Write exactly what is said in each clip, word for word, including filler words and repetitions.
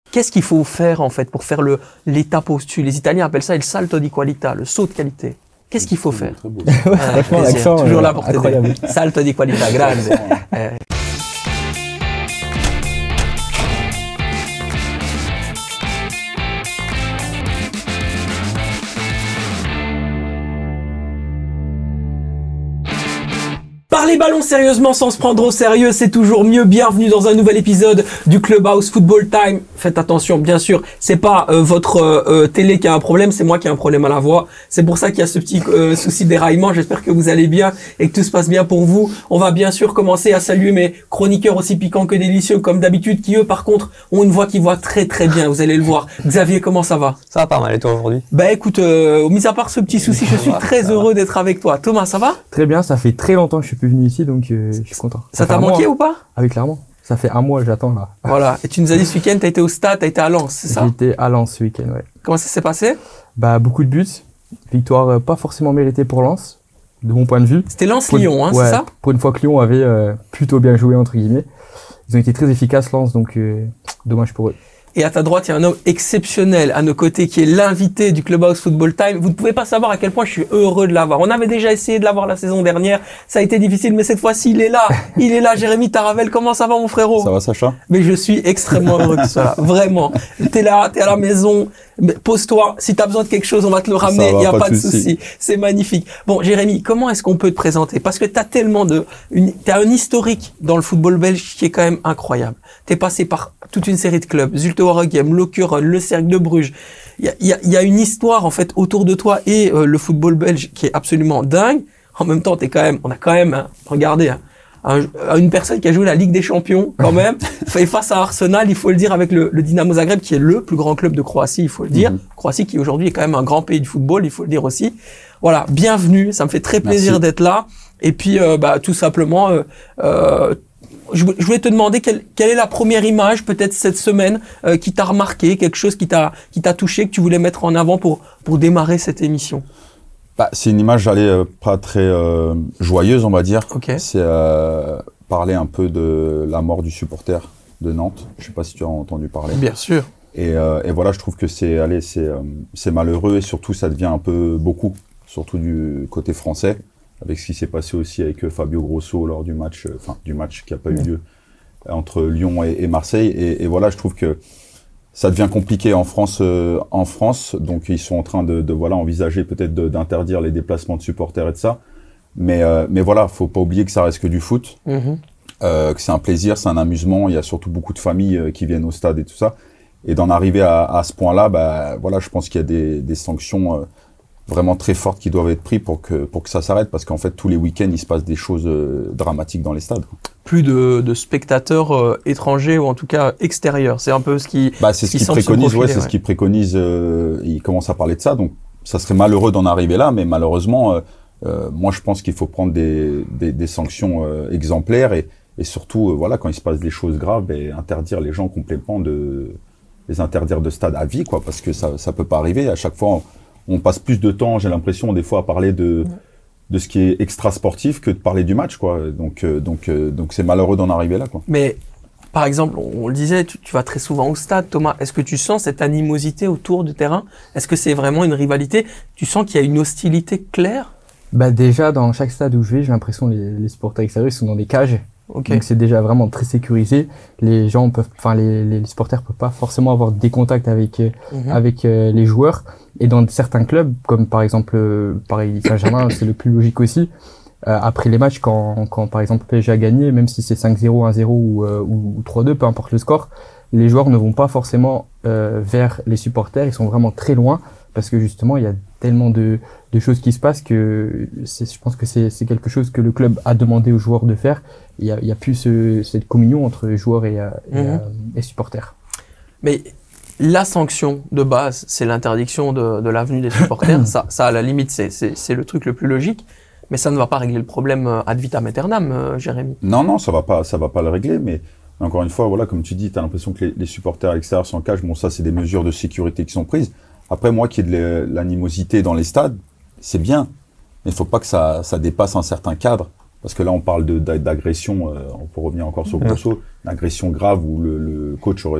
Qu'est-ce qu'il faut faire, en fait, pour faire le, l'étape au-dessus? Les Italiens appellent ça il salto di qualità, le saut de qualité. Qu'est-ce qu'il faut faire? Très beau. Ouais, Franchement, plaisir. l'accent, Toujours euh, là pour t'aider. incroyable. Salto di qualità, grande. Euh, Parler ballon sérieusement sans se prendre au sérieux, c'est toujours mieux. Bienvenue dans un nouvel épisode du Clubhouse Football Time. Faites attention, bien sûr, c'est pas euh, votre euh, télé qui a un problème, c'est moi qui ai un problème à la voix. C'est pour ça qu'il y a ce petit euh, souci d'éraillement. J'espère que vous allez bien et que tout se passe bien pour vous. On va bien sûr commencer à saluer mes chroniqueurs aussi piquants que délicieux comme d'habitude, qui eux par contre ont une voix qui voit très très bien. Vous allez le voir. Xavier, comment ça va? Ça va pas mal, et toi aujourd'hui? Bah écoute, euh, mis à part ce petit souci, je suis très heureux d'être avec toi. Thomas, ça va? Très bien, ça fait très longtemps que je suis plus venu ici, donc euh, je suis content. Ça fait t'a un manqué mois. ou pas? Ah oui, clairement. Ça fait un mois, j'attends là. Voilà. Et tu nous as dit ce week-end, t'as été au stade, t'as été à Lens, c'est ça? J'étais à Lens ce week-end, ouais. Comment ça s'est passé? Bah, beaucoup de buts. Victoire euh, pas forcément méritée pour Lens, de mon point de vue. C'était Pour- Lens-Lyon, hein, ouais, c'est ça? Pour une fois que Lyon avait euh, plutôt bien joué, entre guillemets. Ils ont été très efficaces, Lens, donc euh, dommage pour eux. Et à ta droite, il y a un homme exceptionnel à nos côtés qui est l'invité du Clubhouse Football Time. Vous ne pouvez pas savoir à quel point je suis heureux de l'avoir. On avait déjà essayé de l'avoir la saison dernière. Ça a été difficile, mais cette fois-ci, il est là. Il est là, Jérémy Taravel. Comment ça va, mon frérot? Ça va, Sacha? Mais je suis extrêmement heureux que ça. Vraiment. T'es là, t'es à la maison. Mais pose-toi. Si t'as besoin de quelque chose, on va te le ramener. va, Il y a pas pas de de souci. souci. C'est magnifique. Bon, Jérémy, comment est-ce qu'on peut te présenter? Parce que t'as tellement de, une, t'as un historique dans le football belge qui est quand même incroyable. T'es passé par toute une série de clubs. Zulte Waregem, Lokeren, le Cercle de Bruges. Il y a, il y a, il y a une histoire, en fait, autour de toi et euh, le football belge qui est absolument dingue. En même temps, t'es quand même, on a quand même, hein, regardez, hein, un, une personne qui a joué la Ligue des Champions, quand même, fait face à Arsenal, il faut le dire, avec le, le Dinamo Zagreb, qui est le plus grand club de Croatie, il faut le dire. Mhm. Croatie qui aujourd'hui est quand même un grand pays du football, il faut le dire aussi. Voilà, bienvenue, ça me fait très plaisir Merci. d'être là. Et puis, euh, bah, tout simplement, euh, euh, je vou- je voulais te demander quelle, quelle est la première image, peut-être cette semaine, euh, qui t'a remarqué, quelque chose qui t'a, qui t'a touché, que tu voulais mettre en avant pour, pour démarrer cette émission. Bah, c'est une image, j'allais euh, pas très euh, joyeuse, on va dire. Ok. C'est euh, parler un peu de la mort du supporter de Nantes. Je sais pas si tu as entendu parler. Bien sûr. Et, euh, et voilà, je trouve que c'est, allez, c'est, euh, c'est malheureux et surtout ça devient un peu beaucoup, surtout du côté français, avec ce qui s'est passé aussi avec euh, Fabio Grosso lors du match, euh, enfin du match qui a pas eu lieu euh, entre Lyon et, et Marseille. Et, et voilà, je trouve que ça devient compliqué en France, euh, en France. Donc ils sont en train de, de voilà envisager peut-être de- d'interdire les déplacements de supporters et de ça. Mais euh, mais voilà, faut pas oublier que ça reste que du foot, Mhm. euh, que c'est un plaisir, c'est un amusement. Il y a surtout beaucoup de familles euh, qui viennent au stade et tout ça. Et d'en arriver à, à ce point-là, bah voilà, je pense qu'il y a des, des sanctions euh, vraiment très fortes qui doivent être prises pour que pour que ça s'arrête, parce qu'en fait tous les week-ends il se passe des choses euh, dramatiques dans les stades. Plus de, de spectateurs euh, étrangers ou en tout cas extérieurs. C'est un peu ce qui. Bah c'est ce Qui qu'ils semble se préconisent, ouais, profiler, c'est ouais. ce qu'ils préconisent. Euh, ils commencent à parler de ça, donc ça serait malheureux d'en arriver là, mais malheureusement, euh, euh, moi je pense qu'il faut prendre des des, des sanctions euh, exemplaires et et surtout euh, voilà, quand il se passe des choses graves, ben, interdire les gens complètement de les interdire de stade à vie, quoi, parce que ça ça peut pas arriver. À chaque fois on, on passe plus de temps, j'ai l'impression des fois à parler de de ce qui est extra sportif que de parler du match, quoi. Donc euh, donc euh, donc c'est malheureux d'en arriver là, quoi. Mais par exemple, on, on le disait, tu, tu vas très souvent au stade, Thomas. Est-ce que tu sens cette animosité autour du terrain? Est-ce que c'est vraiment une rivalité? Tu sens qu'il y a une hostilité claire? Bah, déjà, dans chaque stade où je vais, j'ai l'impression que les, les supporters extérieurs ils sont dans des cages. Ok. Donc c'est déjà vraiment très sécurisé. Les gens peuvent, enfin les, les supporters peuvent pas forcément avoir des contacts avec euh, Mhm. avec euh, les joueurs. Et dans certains clubs, comme par exemple euh, Paris Saint-Germain, c'est le plus logique aussi. Euh, après les matchs, quand quand par exemple P S G a gagné, même si c'est cinq zéro, un zéro ou, euh, ou, ou trois deux, peu importe le score, les joueurs ne vont pas forcément euh, vers les supporters. Ils sont vraiment très loin parce que justement il y a tellement de de choses qui se passent que c'est, je pense que c'est c'est quelque chose que le club a demandé aux joueurs de faire. Il y a, il y a plus ce, cette communion entre joueurs et, euh, et, Mhm. euh, et supporters. Mais la sanction de base, c'est l'interdiction de, de l'avenue des supporters. ça, ça, à la limite, c'est, c'est, c'est le truc le plus logique. Mais ça ne va pas régler le problème euh, ad vitam aeternam, euh, Jérémy. Non, non, ça va pas, ça va pas le régler, mais encore une fois, voilà, comme tu dis, t'as l'impression que les, les supporters à l'extérieur sont en cage. Bon, ça, c'est des mesures de sécurité qui sont prises. Après, moi, qu'il y ait de la- l'animosité dans les stades, c'est bien, mais il faut pas que ça, ça dépasse un certain cadre. Parce que là, on parle de, d'a- d'agression, euh, on peut revenir encore sur Grosso, d'agression grave où le, le coach aurait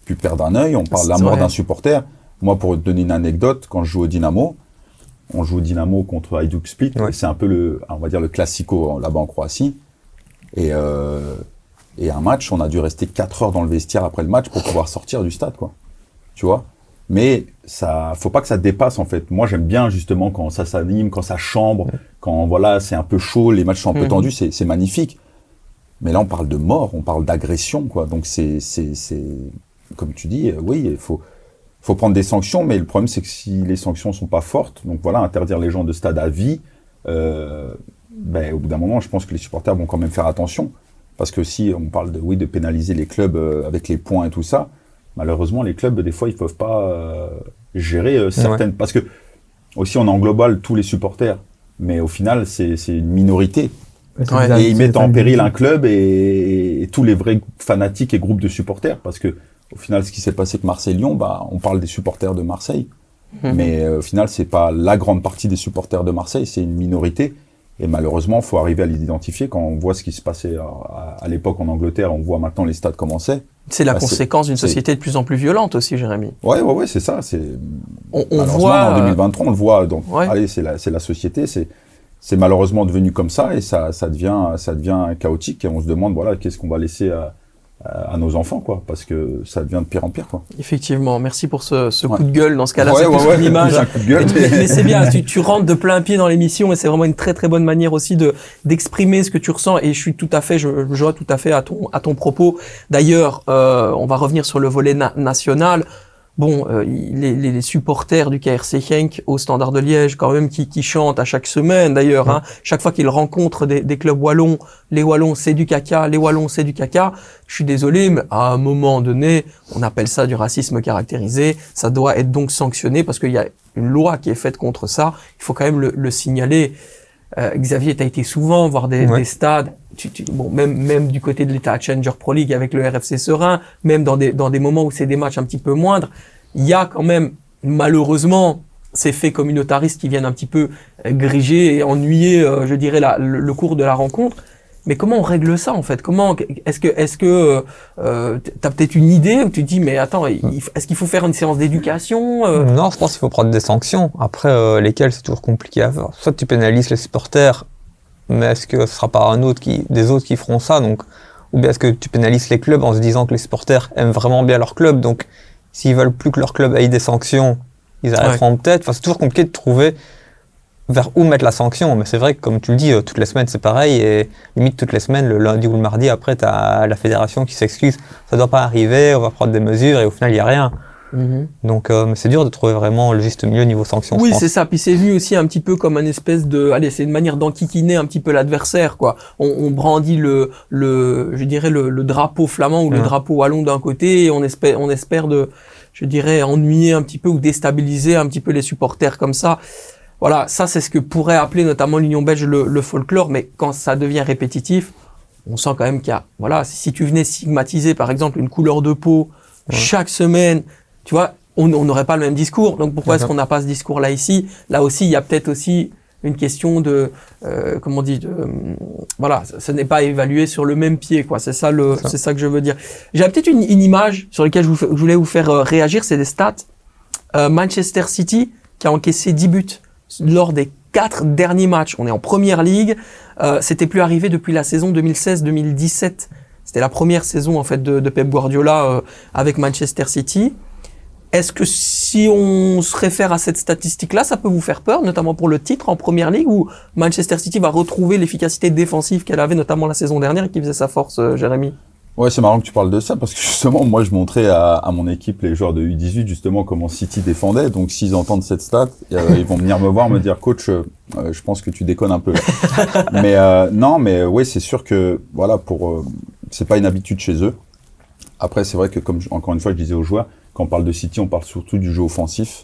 pu perdre un œil, on parle de la C'est mort vrai. d'un supporter. Moi, pour te donner une anecdote, quand je joue au Dynamo, on joue au Dynamo contre Hajduk Split, Ouais. et c'est un peu le, on va dire le classico là-bas en Croatie. Et, euh, et un match, on a dû rester quatre heures dans le vestiaire après le match pour pouvoir sortir du stade, quoi. Tu vois? Mais ça, faut pas que ça dépasse, en fait. Moi, j'aime bien, justement, quand ça s'anime, quand ça chambre, quand, voilà, c'est un peu chaud, les matchs sont un peu Mhm. tendus, c'est, c'est magnifique. Mais là, on parle de mort, on parle d'agression, quoi. Donc, c'est, c'est, c'est, comme tu dis, euh, oui, il faut, faut prendre des sanctions, mais le problème, c'est que si les sanctions sont pas fortes, donc voilà, interdire les gens de stade à vie, euh, ben, au bout d'un moment, je pense que les supporters vont quand même faire attention. Parce que si on parle de, oui, de pénaliser les clubs euh, avec les points et tout ça, malheureusement, les clubs, des fois, ils peuvent pas euh, gérer euh, certaines... Parce que, aussi, on englobe tous les supporters. Mais au final, c'est, c'est une minorité. Ouais, c'est Ouais, bizarre, Et ils c'est mettent en des péril un individus. club et, et tous les vrais fanatiques et groupes de supporters. Parce que, au final, ce qui s'est passé avec Marseille-Lyon, bah, on parle des supporters de Marseille. Mhm. Mais euh, au final, c'est pas la grande partie des supporters de Marseille, c'est une minorité. Et malheureusement, il faut arriver à les identifier. Quand on voit ce qui se passait à, à, à l'époque en Angleterre, on voit maintenant les stades commencer. C'est la Bah, c'est- conséquence d'une c'est- société de plus en plus violente aussi, Jérémy. Ouais, ouais, ouais, c'est ça. C'est On, on malheureusement voit... en deux mille vingt-trois, on le voit. Donc, Ouais. allez, c'est la, c'est la société. C'est, c'est malheureusement devenu comme ça et ça, ça devient, ça devient chaotique. Et on se demande, voilà, qu'est-ce qu'on va laisser à, à, à nos enfants, quoi, parce que ça devient de pire en pire, quoi. Effectivement, merci pour ce, ce Ouais. coup de gueule. Dans ce cas-là, Ouais, c'est ouais, plus ouais, une image. plus un coup de gueule, Mais, mais- mais c'est bien, tu, tu rentres de plein pied dans l'émission et c'est vraiment une très très bonne manière aussi de d'exprimer ce que tu ressens. Et je suis tout à fait, je, je vois tout à fait à ton à ton propos. D'ailleurs, euh, on va revenir sur le volet na- national. Bon, euh, il- les, les, les supporters du K R C Genk au Standard de Liège, quand même, qui, qui chantent à chaque semaine, d'ailleurs. Hein, chaque fois qu'ils rencontrent des, des clubs wallons, les wallons c'est du caca, les wallons c'est du caca. Je suis désolé, mais à un moment donné, on appelle ça du racisme caractérisé. Ça doit être donc sanctionné parce qu'il y a une loi qui est faite contre ça. Il faut quand même le, le signaler. Euh, Xavier, tu as été souvent voir des, Ouais. des stades, tu, tu, bon, même, même du côté de l'État Challenger Pro League avec le R F C Serein, même dans des, dans des moments où c'est des matchs un petit peu moindres, il y a quand même, malheureusement, ces faits communautaristes qui viennent un petit peu euh, griger et ennuyer, euh, je dirais, la, le, le cours de la rencontre. Mais comment on règle ça en fait? Comment est-ce que est-ce que euh, t'as peut-être une idée où tu te dis mais attends, il, est-ce qu'il faut faire une séance d'éducation euh, Non, je pense qu'il faut prendre des sanctions. Après, euh, lesquelles, c'est toujours compliqué à faire. Soit tu pénalises les supporters, mais est-ce que ce sera pas un autre qui, des autres qui feront ça, donc, ou bien est-ce que tu pénalises les clubs en se disant que les supporters aiment vraiment bien leur club, donc s'ils veulent plus que leur club ait des sanctions, ils arrêteront peut-être. Enfin, c'est toujours compliqué de trouver vers où mettre la sanction, mais c'est vrai que comme tu le dis, euh, toutes les semaines c'est pareil, et limite toutes les semaines, le lundi ou le mardi, après t'as la fédération qui s'excuse, ça doit pas arriver, on va prendre des mesures, et au final il y a rien. mm-hmm. Donc euh, mais c'est dur de trouver vraiment le juste milieu niveau sanctions. Oui, je pense. c'est ça. Puis c'est vu aussi un petit peu comme une espèce de, allez, c'est une manière d'enquiquiner un petit peu l'adversaire, quoi. On, on brandit le, le, je dirais le, le drapeau flamand ou le Ouais. drapeau wallon d'un côté, et on espère, on espère de, je dirais, ennuyer un petit peu ou déstabiliser un petit peu les supporters comme ça. Voilà, ça c'est ce que pourrait appeler notamment l'Union belge le, le folklore, mais quand ça devient répétitif, on sent quand même qu'il y a, voilà, si tu venais stigmatiser par exemple une couleur de peau Ouais. chaque semaine, tu vois, on on n'aurait pas le même discours. Donc pourquoi est-ce D'accord. qu'on n'a pas ce discours-là ici? Là aussi, il y a peut-être aussi une question de, euh, comment on dit, de, euh, voilà, ce ce n'est pas évalué sur le même pied, quoi. C'est ça le, Ça. c'est ça que je veux dire. J'ai peut-être une, une image sur laquelle je, vous fais- je voulais vous faire euh, réagir, c'est des stats. Euh, Manchester City qui a encaissé dix buts lors des quatre derniers matchs. On est en première ligue. Euh, c'était plus arrivé depuis la saison deux mille seize deux mille dix-sept. C'était la première saison en fait de, de Pep Guardiola euh, avec Manchester City. Est-ce que si on se réfère à cette statistique-là, ça peut vous faire peur, notamment pour le titre en première ligue, où Manchester City va retrouver l'efficacité défensive qu'elle avait notamment la saison dernière et qui faisait sa force, euh, Jérémy? Ouais, c'est marrant que tu parles de ça parce que justement, moi, je montrais à, à mon équipe, les joueurs de U dix-huit, justement, comment City défendait. Donc, s'ils entendent cette stat, euh, ils vont venir me voir, me dire, coach, euh, je pense que tu déconnes un peu. mais euh, non, mais oui, c'est sûr que voilà, pour euh, c'est pas une habitude chez eux. Après, c'est vrai que comme je- encore une fois, je disais aux joueurs, quand on parle de City, on parle surtout du jeu offensif,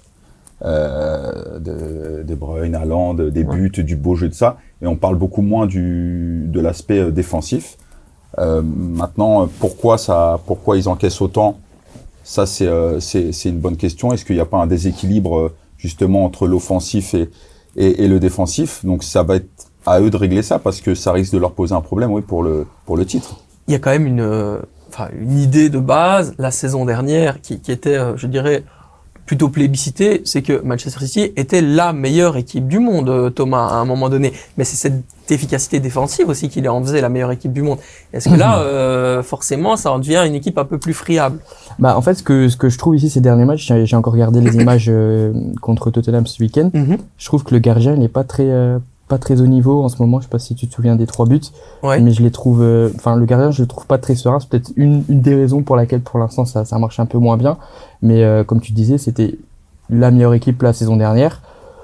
euh, de, de Bruyne, Haaland, des buts, du beau jeu de ça, et on parle beaucoup moins du de l'aspect euh, défensif. Euh, maintenant, pourquoi ça, pourquoi ils encaissent autant? Ça, c'est euh, c'est c'est une bonne question. Est-ce qu'il n'y a pas un déséquilibre euh, justement entre l'offensif et, et et le défensif? Donc, ça va être à eux de régler ça parce que ça risque de leur poser un problème, oui, pour le pour le titre. Il y a quand même une, euh, enfin, une idée de base la saison dernière qui, qui était, euh, je dirais, plutôt plébiscitée, c'est que Manchester City était la meilleure équipe du monde, euh, Thomas, à un moment donné. Mais c'est cette efficacité défensive aussi qui les en faisait la meilleure équipe du monde. Est-ce que là, euh, forcément, ça en devient une équipe un peu plus friable? Bah, en fait, ce que, ce que je trouve ici ces derniers matchs, j'ai, j'ai encore regardé les images euh, contre Tottenham ce week-end. Mm-hmm. Je trouve que le gardien, il n'est pas très, euh, pas très haut niveau en ce moment. Je sais pas si tu te souviens des trois buts. Ouais. Mais je les trouve, enfin, euh, le gardien, je le trouve pas très serein. C'est peut-être une, une des raisons pour laquelle, pour l'instant, ça, ça marche un peu moins bien. Mais, euh, comme tu disais, c'était la meilleure équipe la saison dernière.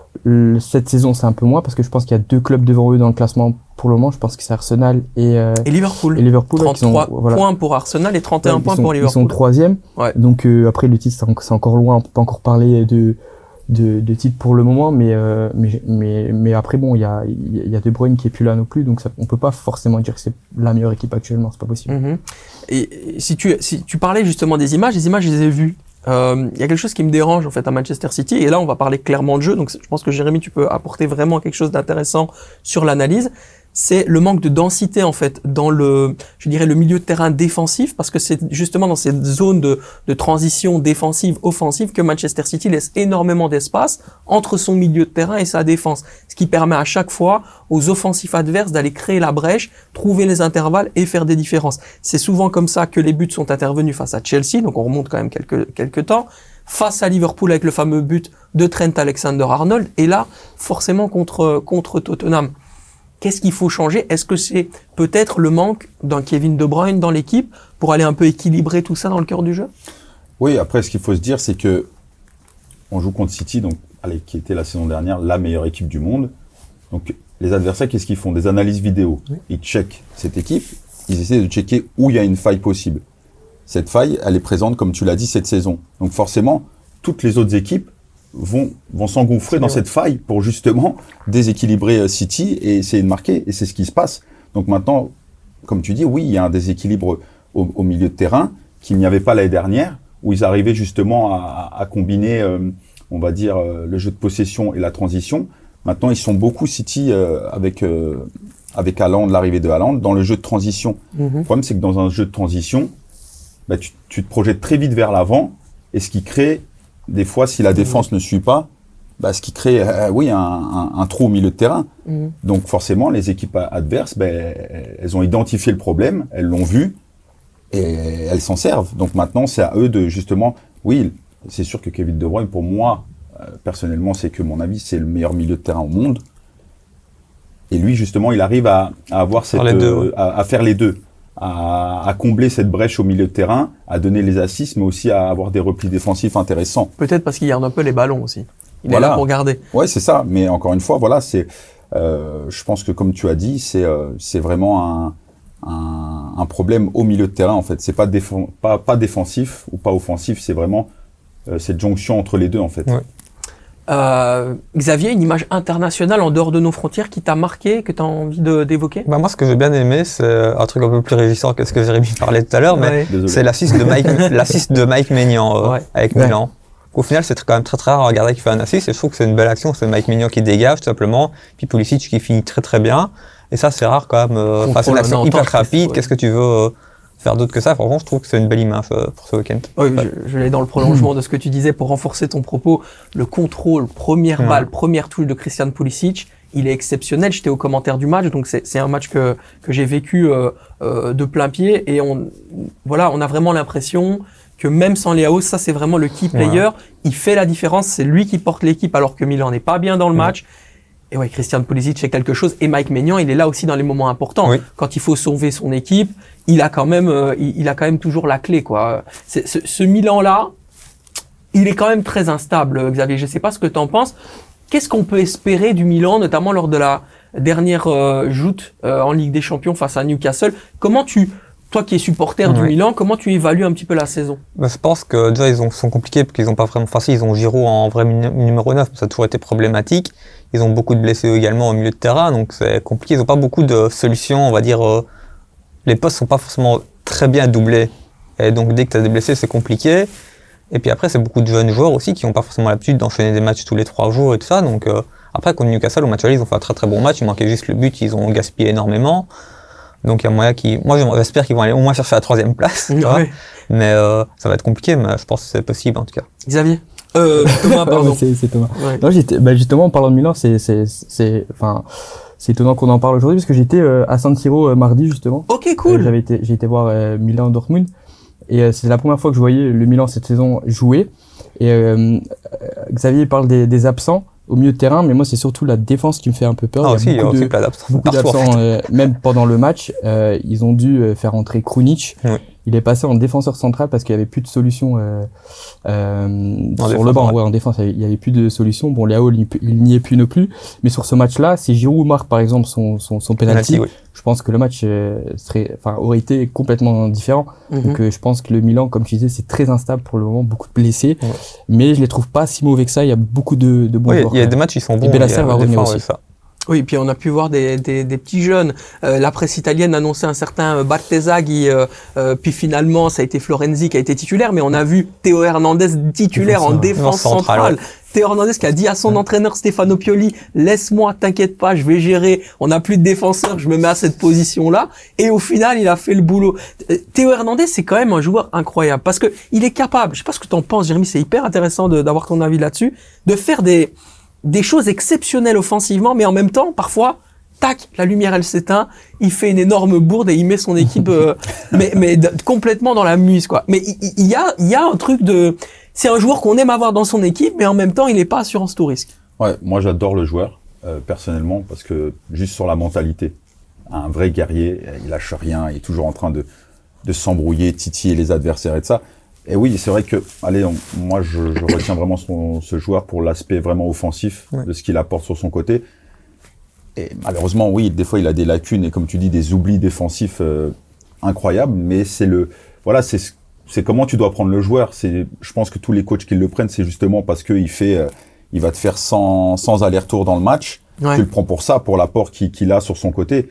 Le, cette saison, c'est un peu moins parce que je pense qu'il y a deux clubs devant eux dans le classement pour le moment. Je pense que c'est Arsenal et, euh, et Liverpool. Et Liverpool trente-trois sont, voilà. points pour Arsenal et trente et un ouais, points sont, pour Liverpool. Ils sont troisième. Ouais. Donc euh, après le titre, c'est, c'est encore loin. On peut pas encore parler de de, de titre pour le moment, mais euh, mais mais mais après bon, il y a il y a De Bruyne qui est plus là non plus, donc ça, on peut pas forcément dire que c'est la meilleure équipe actuellement. C'est pas possible. Mm-hmm. Et, et si tu si tu parlais justement des images, les images, je les ai vues. Il euh, y a quelque chose qui me dérange en fait à Manchester City, et là on va parler clairement de jeu, donc je pense que Jérémy, tu peux apporter vraiment quelque chose d'intéressant sur l'analyse. C'est le manque de densité en fait dans le, je dirais, le milieu de terrain défensif, parce que c'est justement dans cette zone de, de transition défensive offensive que Manchester City laisse énormément d'espace entre son milieu de terrain et sa défense, ce qui permet à chaque fois aux offensifs adverses d'aller créer la brèche, trouver les intervalles et faire des différences. C'est souvent comme ça que les buts sont intervenus face à Chelsea, donc on remonte quand même quelques quelques temps. Face à Liverpool avec le fameux but de Trent Alexander-Arnold, et là forcément contre contre Tottenham. Qu'est-ce qu'il faut changer? Est-ce que c'est peut-être le manque d'un Kevin De Bruyne dans l'équipe pour aller un peu équilibrer tout ça dans le cœur du jeu? Oui, après, ce qu'il faut se dire, c'est que on joue contre City, donc, allez, qui était la saison dernière la meilleure équipe du monde. Donc, les adversaires, qu'est-ce qu'ils font? Des analyses vidéo. Oui. Ils checkent cette équipe, ils essaient de checker où il y a une faille possible. Cette faille, elle est présente, comme tu l'as dit, cette saison. Donc, forcément, toutes les autres équipes vont vont s'engouffrer c'est dans vrai. Cette faille pour justement déséquilibrer City et essayer de marquer, et c'est ce qui se passe. Donc maintenant, comme tu dis, oui, il y a un déséquilibre au, au milieu de terrain qu'il n'y avait pas l'année dernière, où ils arrivaient justement à, à combiner, euh, on va dire, euh, le jeu de possession et la transition. Maintenant, ils sont beaucoup City euh, avec euh, avec Haaland, l'arrivée de Haaland, dans le jeu de transition. Mm-hmm. Le problème, c'est que dans un jeu de transition, bah, tu, tu te projettes très vite vers l'avant, et ce qui crée des fois, si la défense mmh. ne suit pas, bah, ce qui crée, euh, oui, un, un, un trou au milieu de terrain. Mmh. Donc forcément, les équipes adverses, ben, elles ont identifié le problème, elles l'ont vu, et elles s'en servent. Donc maintenant, c'est à eux de justement, oui, c'est sûr que Kevin De Bruyne, pour moi, euh, personnellement, c'est que mon avis, c'est le meilleur milieu de terrain au monde. Et lui, justement, il arrive à, à avoir cette, deux, euh, ouais. à, à faire les deux. À, à combler cette brèche au milieu de terrain, à donner les assists, mais aussi à avoir des replis défensifs intéressants. Peut-être parce qu'il garde un peu les ballons aussi. Il voilà. est là pour garder. Ouais, c'est ça. Mais encore une fois, voilà, c'est. Euh, je pense que comme tu as dit, c'est euh, c'est vraiment un, un un problème au milieu de terrain en fait. C'est pas défense, pas pas défensif ou pas offensif. C'est vraiment euh, cette jonction entre les deux en fait. Ouais. Euh, Xavier, une image internationale en dehors de nos frontières qui t'a marqué, que tu as envie de, d'évoquer? Bah moi, ce que j'ai bien aimé, c'est un truc un peu plus régissant que ce que Jérémy parlait tout à l'heure, mais ouais. c'est l'assist de Mike, l'assist de Mike Maignan euh, ouais. avec ouais. Milan. Au final, c'est quand même très très rare à regarder qu'il fait un assist, et je trouve que c'est une belle action. C'est Mike Maignan qui dégage tout simplement, puis Pulisic qui finit très très bien. Et ça, c'est rare quand même. Euh, enfin, c'est une action hyper rapide. Ouais. Qu'est-ce que tu veux euh, faire d'autre que ça? Franchement, je trouve que c'est une belle image euh, pour ce week-end. Oui, ouais. je, je l'ai dans le prolongement mmh. de ce que tu disais pour renforcer ton propos. Le contrôle, première ouais. balle, première touche de Christian Pulisic, il est exceptionnel. J'étais au commentaire du match, donc c'est, c'est un match que que j'ai vécu euh, euh, de plein pied, et on voilà, on a vraiment l'impression que même sans Leao, ça c'est vraiment le key player. Ouais. Il fait la différence, c'est lui qui porte l'équipe alors que Milan n'est pas bien dans le ouais. match. Et ouais, Christian Pulisic fait quelque chose, et Mike Maignan, il est là aussi dans les moments importants. Oui. Quand il faut sauver son équipe, il a quand même, euh, il, il a quand même toujours la clé, quoi. C'est, ce, ce Milan-là, il est quand même très instable, Xavier. Je sais pas ce que t'en penses. Qu'est-ce qu'on peut espérer du Milan, notamment lors de la dernière euh, joute euh, en Ligue des Champions face à Newcastle? Comment tu, toi qui es supporter oui. du Milan, comment tu évalues un petit peu la saison? Bah, je pense que déjà ils ont, sont compliqués parce qu'ils ont pas vraiment facile. Ils ont Giroud en vrai numéro neuf, ça a toujours été problématique. Ils ont beaucoup de blessés également au milieu de terrain, donc c'est compliqué. Ils ont pas beaucoup de solutions, on va dire. Euh, les postes sont pas forcément très bien doublés, et donc dès que tu as des blessés, c'est compliqué. Et puis après, c'est beaucoup de jeunes joueurs aussi qui ont pas forcément l'habitude d'enchaîner des matchs tous les trois jours et tout ça. Donc euh, après, contre Newcastle, au match aller, ils ont fait un très très bon match. Il manquait juste le but, ils ont gaspillé énormément. Donc il y a moyen qu'ils, moi j'espère qu'ils vont aller au moins chercher la troisième place, tu vois. Ouais. Mais euh, ça va être compliqué, mais je pense que c'est possible en tout cas. Xavier euh, Thomas, pardon. c'est, c'est Thomas. Ouais. Non, j'étais, bah justement, en parlant de Milan, c'est, c'est, c'est, enfin, c'est étonnant qu'on en parle aujourd'hui parce que j'étais euh, à San Siro euh, mardi justement. Ok, cool. Euh, j'avais été, j'ai été voir euh, Milan Dortmund et euh, c'est la première fois que je voyais le Milan cette saison jouer. Et euh, Xavier parle des, des absents au milieu de terrain, mais moi c'est surtout la défense qui me fait un peu peur. Ah il y a aussi, il y a beaucoup aussi de, plein d'absents. beaucoup Parfois, en d'absents, fait. euh, même pendant le match, euh, ils ont dû euh, faire entrer Krunic. Oui. Il est passé en défenseur central parce qu'il y avait plus de solution euh, euh, sur défense, le banc. ouais. Ouais, en défense, il y avait plus de solution. Bon, Léao, il, il n'y est plus non plus. Mais sur ce match-là, si Giroud marque par exemple son son, son penalty, Penalty, oui. je pense que le match euh, serait, enfin, aurait été complètement différent. Mhm. Donc euh, je pense que le Milan, comme tu disais, c'est très instable pour le moment, beaucoup de blessés. Ouais. Mais je les trouve pas si mauvais que ça. Il y a beaucoup de, de bons Oui, joueurs. il y a quand des même. matchs qui sont bons. Et Benacer il y a va des revenir fois, aussi. ouais, ça. Oui, puis on a pu voir des, des, des petits jeunes. Euh, la presse italienne annonçait un certain Battesaghi, euh, euh, puis finalement ça a été Florenzi qui a été titulaire, mais on a vu Théo Hernandez titulaire en défense Défense centrale, centrale. ouais. Théo Hernandez qui a dit à son entraîneur Stefano Pioli, laisse-moi, t'inquiète pas, je vais gérer. On n'a plus de défenseur, je me mets à cette position-là. Et au final, il a fait le boulot. Euh, Théo Hernandez, c'est quand même un joueur incroyable parce que il est capable. Je sais pas ce que t'en penses, Jérémy, c'est hyper intéressant de, d'avoir ton avis là-dessus, de faire des des choses exceptionnelles offensivement, mais en même temps, parfois, tac, la lumière elle s'éteint, il fait une énorme bourde et il met son équipe, euh, mais mais d- complètement dans la muse quoi. Mais il, il y a il y a un truc de, c'est un joueur qu'on aime avoir dans son équipe, mais en même temps, il est pas assurance tout risque. Ouais, moi j'adore le joueur, euh, personnellement, parce que juste sur la mentalité, un vrai guerrier, il lâche rien, il est toujours en train de, de s'embrouiller, titiller les adversaires et de ça. Et oui, c'est vrai que, allez, on- moi je, je retiens vraiment son, ce joueur pour l'aspect vraiment offensif Ouais. de ce qu'il apporte sur son côté. Et malheureusement, oui, des fois il a des lacunes et comme tu dis, des oublis défensifs euh, incroyables, mais c'est le, voilà, c'est ce- c'est comment tu dois prendre le joueur. C'est, je pense que tous les coachs qui le prennent, c'est justement parce que il fait, euh, il va te faire cent, cent allers-retours dans le match. Ouais. Tu le prends pour ça, pour l'apport qu'il, qu'il a sur son côté.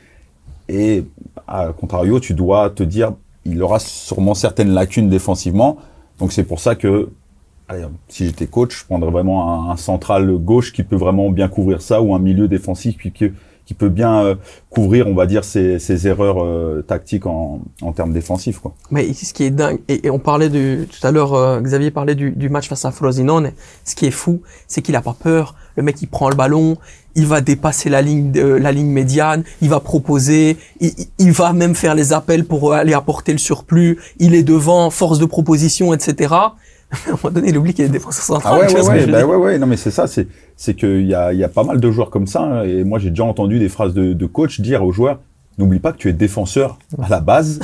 Et à contrario, tu dois te dire, il aura sûrement certaines lacunes défensivement. Donc c'est pour ça que, allez, si j'étais coach, je prendrais vraiment un, un central gauche qui peut vraiment bien couvrir ça, ou un milieu défensif qui, qui, qui peut bien euh, couvrir, on va dire, ses, ses erreurs euh, tactiques en, en termes défensifs, quoi. Mais ici, ce qui est dingue, et, et on parlait du, tout à l'heure, euh, Xavier parlait du, du match face à Frosinone. Ce qui est fou, c'est qu'il a pas peur. Le mec, il prend le ballon, il va dépasser la ligne, de, la ligne médiane, il va proposer, il, il- il va même faire les appels pour aller apporter le surplus. Il est devant, force de proposition, et cetera. À un moment donné, il oublie qu'il est défenseur central. Ah ouais, tu ouais, vois ce que ouais, je bah veux dire ouais, ouais, non, mais c'est ça, c'est, c'est qu'il y a, il y a pas mal de joueurs comme ça, hein, et moi j'ai déjà entendu des phrases de, de coach dire aux joueurs, n'oublie pas que tu es défenseur à la base,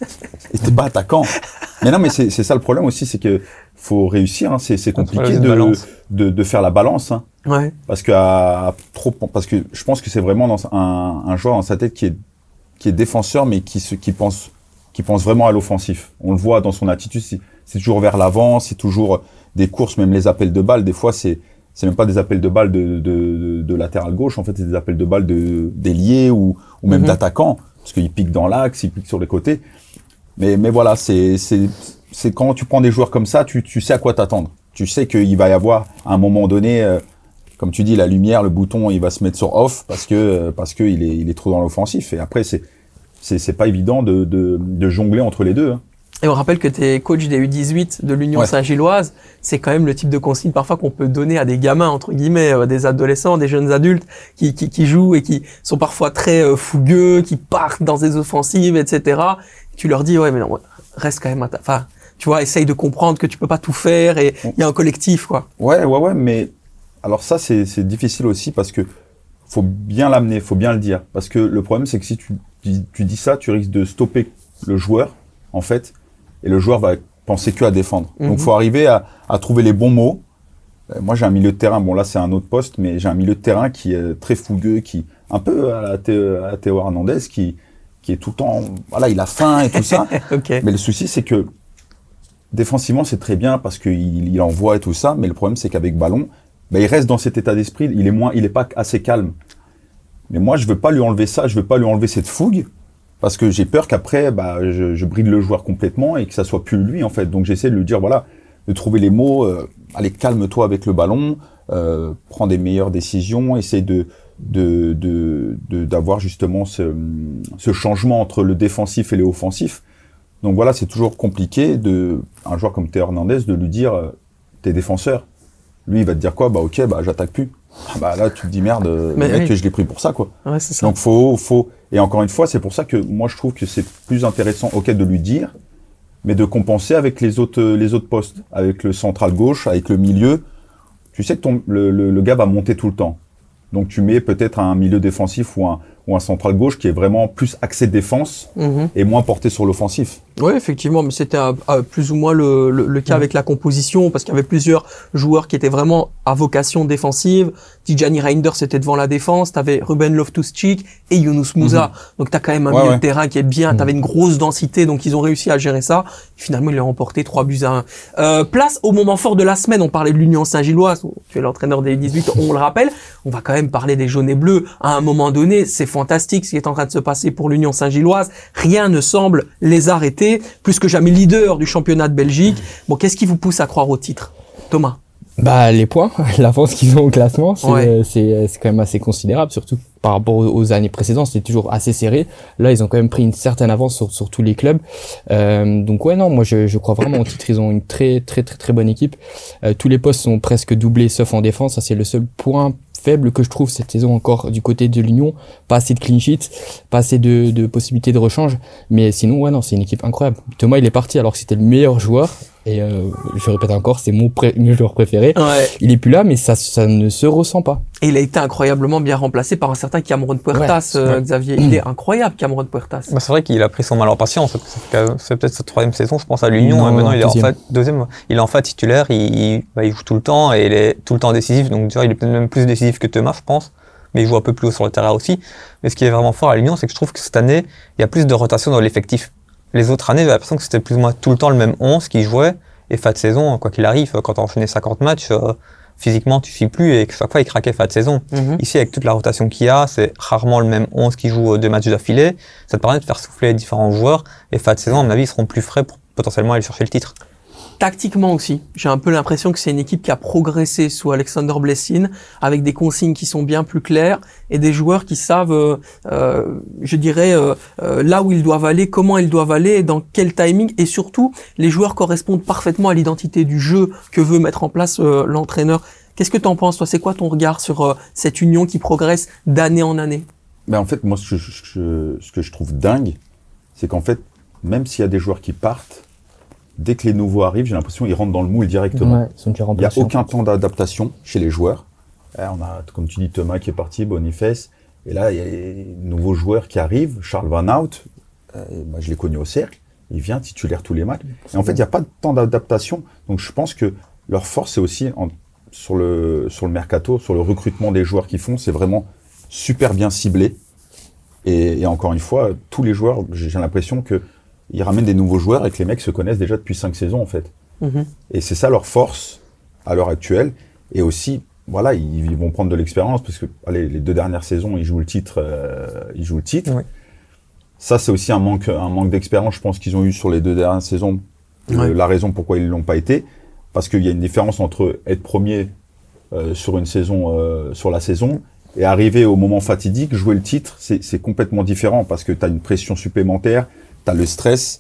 et t'es pas attaquant. Mais non, mais c'est, c'est ça le problème aussi, c'est que faut réussir, hein, c'est, c'est compliqué la de, balance. de, de faire la balance, hein, Ouais. parce que à, à trop, parce que je pense que c'est vraiment dans un, un joueur dans sa tête qui est, qui est défenseur, mais qui se, qui pense, qui pense vraiment à l'offensif. On le voit dans son attitude, c'est, c'est toujours vers l'avant, c'est toujours des courses, même les appels de balles, des fois c'est, c'est même pas des appels de balles de, de, de, de latéral gauche, en fait, c'est des appels de balles de, d'ailier ou, ou même Mhm. d'attaquant, parce qu'il pique dans l'axe, il pique sur les côtés. Mais, mais voilà, c'est, c'est, c'est quand tu prends des joueurs comme ça, tu, tu sais à quoi t'attendre. Tu sais qu'il va y avoir, à un moment donné, euh, comme tu dis, la lumière, le bouton, il va se mettre sur off parce que, euh, parce que il est, il est trop dans l'offensif. Et après, c'est, c'est, c'est pas évident de, de, de jongler entre les deux, hein. Et on rappelle que tu es coach des U dix-huit de l'Union Ouais. Saint-Gilloise. C'est quand même le type de consigne parfois qu'on peut donner à des gamins, entre guillemets, euh, des adolescents, des jeunes adultes qui, qui, qui jouent et qui sont parfois très euh, fougueux, qui partent dans des offensives, et cetera. Tu leur dis, ouais, mais non, reste quand même à ta... Enfin, tu vois, essaye de comprendre que tu peux pas tout faire et il y a un collectif, quoi. Ouais, ouais, ouais, mais alors ça, c'est, c'est difficile aussi parce que faut bien l'amener, faut bien le dire. Parce que le problème, c'est que si tu, dis- tu dis ça, tu risques de stopper le joueur, en fait, et le joueur va penser que à défendre. Mhm. Donc, faut arriver à, à trouver les bons mots. Euh, Moi, j'ai un milieu de terrain, bon là, c'est un autre poste, mais j'ai un milieu de terrain qui est très fougueux, qui, un peu à la, Thé- à la Théo Hernandez, qui, qui est tout le temps, voilà, il a faim et tout ça. Ok. Mais le souci, c'est que défensivement, c'est très bien parce qu'il il envoie et tout ça, mais le problème, c'est qu'avec ballon, ben, il reste dans cet état d'esprit, il est moins, il est pas assez calme. Mais moi, je veux pas lui enlever ça, je veux pas lui enlever cette fougue, parce que j'ai peur qu'après, bah, je, je bride le joueur complètement et que ça soit plus lui, en fait. Donc, j'essaie de lui dire, voilà, de trouver les mots, euh, allez, calme-toi avec le ballon, euh, prends des meilleures décisions, essaie de, de, de, de d'avoir justement ce, ce changement entre le défensif et l'offensif. Donc voilà, c'est toujours compliqué de un joueur comme Théo Hernandez de lui dire euh, t'es défenseur. Lui, il va te dire quoi? Bah ok, bah j'attaque plus. Ah, bah là, tu te dis merde, Mais le mec oui. que je l'ai pris pour ça, quoi. Ouais, c'est ça. Donc faut, faut. Et encore une fois, c'est pour ça que moi je trouve que c'est plus intéressant, ok, de lui dire, mais de compenser avec les autres, les autres postes, avec le central gauche, avec le milieu. Tu sais que ton, le, le, le gars va monter tout le temps. Donc tu mets peut-être un milieu défensif ou un, ou un central gauche qui est vraiment plus axé défense Mhm. et moins porté sur l'offensif. Oui, effectivement, mais c'était euh, euh, plus ou moins le, le, le cas Mhm. avec la composition, parce qu'il y avait plusieurs joueurs qui étaient vraiment à vocation défensive. Tijani Reinders était devant la défense, t'avais Ruben Loftus-Cheek et Younous Moussa. Donc t'as quand même un Ouais, milieu ouais. de terrain qui est bien, Mhm. t'avais une grosse densité, donc ils ont réussi à gérer ça. Finalement, ils ont remporté trois buts à un. Euh, place au moment fort de la semaine, on parlait de l'Union Saint-Gilloise, où tu es l'entraîneur des U dix-huit, on le rappelle. On va quand même parler des jaunes et bleus. À un moment donné, c'est fantastique ce qui est en train de se passer pour l'Union Saint-Gilloise. Rien ne semble les arrêter, plus que jamais leader du championnat de Belgique. Bon, qu'est-ce qui vous pousse à croire au titre, Thomas? Bah, les points, l'avance qu'ils ont au classement, c'est, Ouais. euh, c'est, euh, c'est quand même assez considérable, surtout par rapport aux, aux années précédentes, c'était toujours assez serré. Là, ils ont quand même pris une certaine avance sur, sur tous les clubs. Euh, donc ouais, non, moi je, je crois vraiment au titre. Ils ont une très très très très bonne équipe. Euh, tous les postes sont presque doublés, sauf en défense. Ça, c'est le seul point faible que je trouve cette saison encore du côté de l'Union. Pas assez de clean sheet, pas assez de, de possibilités de rechange. Mais sinon, ouais, non, c'est une équipe incroyable. Thomas, il est parti alors que c'était le meilleur joueur. Et euh, je répète encore, c'est mon, pré- mon joueur préféré. Ouais. Il est plus là, mais ça, ça ne se ressent pas. Et il a été incroyablement bien remplacé par un certain Cameron Puertas, Ouais, euh, ouais. Xavier. Il est incroyable, Cameron Puertas. Bah, c'est vrai qu'il a pris son mal en patience. Ça fait, c'est peut-être sa troisième saison, je pense, à l'Union. Non, Et maintenant, il est en deuxième. fait deuxième. Il est en fait titulaire. Il, il, bah, il joue tout le temps et il est tout le temps décisif. Donc, tu vois, il est peut-être même plus décisif que Thomas, je pense. Mais il joue un peu plus haut sur le terrain aussi. Mais ce qui est vraiment fort à l'Union, c'est que je trouve que cette année, il y a plus de rotation dans l'effectif. Les autres années, j'ai l'impression que c'était plus ou moins tout le temps le même onze qui jouait. Et fin de saison, quoi qu'il arrive, quand tu enchaînais cinquante matchs, euh, physiquement, tu suis plus et chaque fois, il craquait fin de saison. Mhm. Ici, avec toute la rotation qu'il y a, c'est rarement le même onze qui joue deux matchs d'affilée. Ça te permet de faire souffler les différents joueurs. Et fin de saison, à mon avis, ils seront plus frais pour potentiellement aller chercher le titre. Tactiquement aussi, j'ai un peu l'impression que c'est une équipe qui a progressé sous Alexander Blessin, avec des consignes qui sont bien plus claires et des joueurs qui savent, euh, euh, je dirais, euh, euh, là où ils doivent aller, comment ils doivent aller, et dans quel timing, et surtout, les joueurs correspondent parfaitement à l'identité du jeu que veut mettre en place euh, l'entraîneur. Qu'est-ce que t'en penses, toi? C'est quoi ton regard sur euh, cette union qui progresse d'année en année? Mais en fait, moi, ce que je, je- ce que je trouve dingue, c'est qu'en fait, même s'il y a des joueurs qui partent, dès que les nouveaux arrivent, j'ai l'impression qu'ils rentrent dans le moule directement. Ouais, ils sont déjà Il n'y a remplacés. aucun temps d'adaptation chez les joueurs. Là, on a, comme tu dis, Thomas qui est parti, Boniface. Et là, il y a les nouveaux joueurs qui arrivent. Charles Van Hout, euh, bah, je l'ai connu au cercle. Il vient titulaire tous les matchs. Et en fait, il n'y a pas de temps d'adaptation. Donc, je pense que leur force, c'est aussi en, sur, le, sur le mercato, sur le recrutement des joueurs qu'ils font. C'est vraiment super bien ciblé. Et, et encore une fois, tous les joueurs, j'ai, j'ai l'impression que ils ramènent des nouveaux joueurs et que les mecs se connaissent déjà depuis cinq saisons, en fait. Mhm. Et c'est ça leur force à l'heure actuelle. Et aussi, voilà, ils, ils vont prendre de l'expérience parce que, allez, les deux dernières saisons, ils jouent le titre. Euh, ils jouent le titre. Oui. Ça, c'est aussi un manque, un manque d'expérience, je pense, qu'ils ont eu sur les deux dernières saisons. Ouais. Euh, la raison pourquoi ils l'ont pas été, parce qu'il y a une différence entre être premier euh, sur une saison, euh, sur la saison, et arriver au moment fatidique, jouer le titre, c'est, c'est complètement différent parce que tu as une pression supplémentaire, tu as le stress.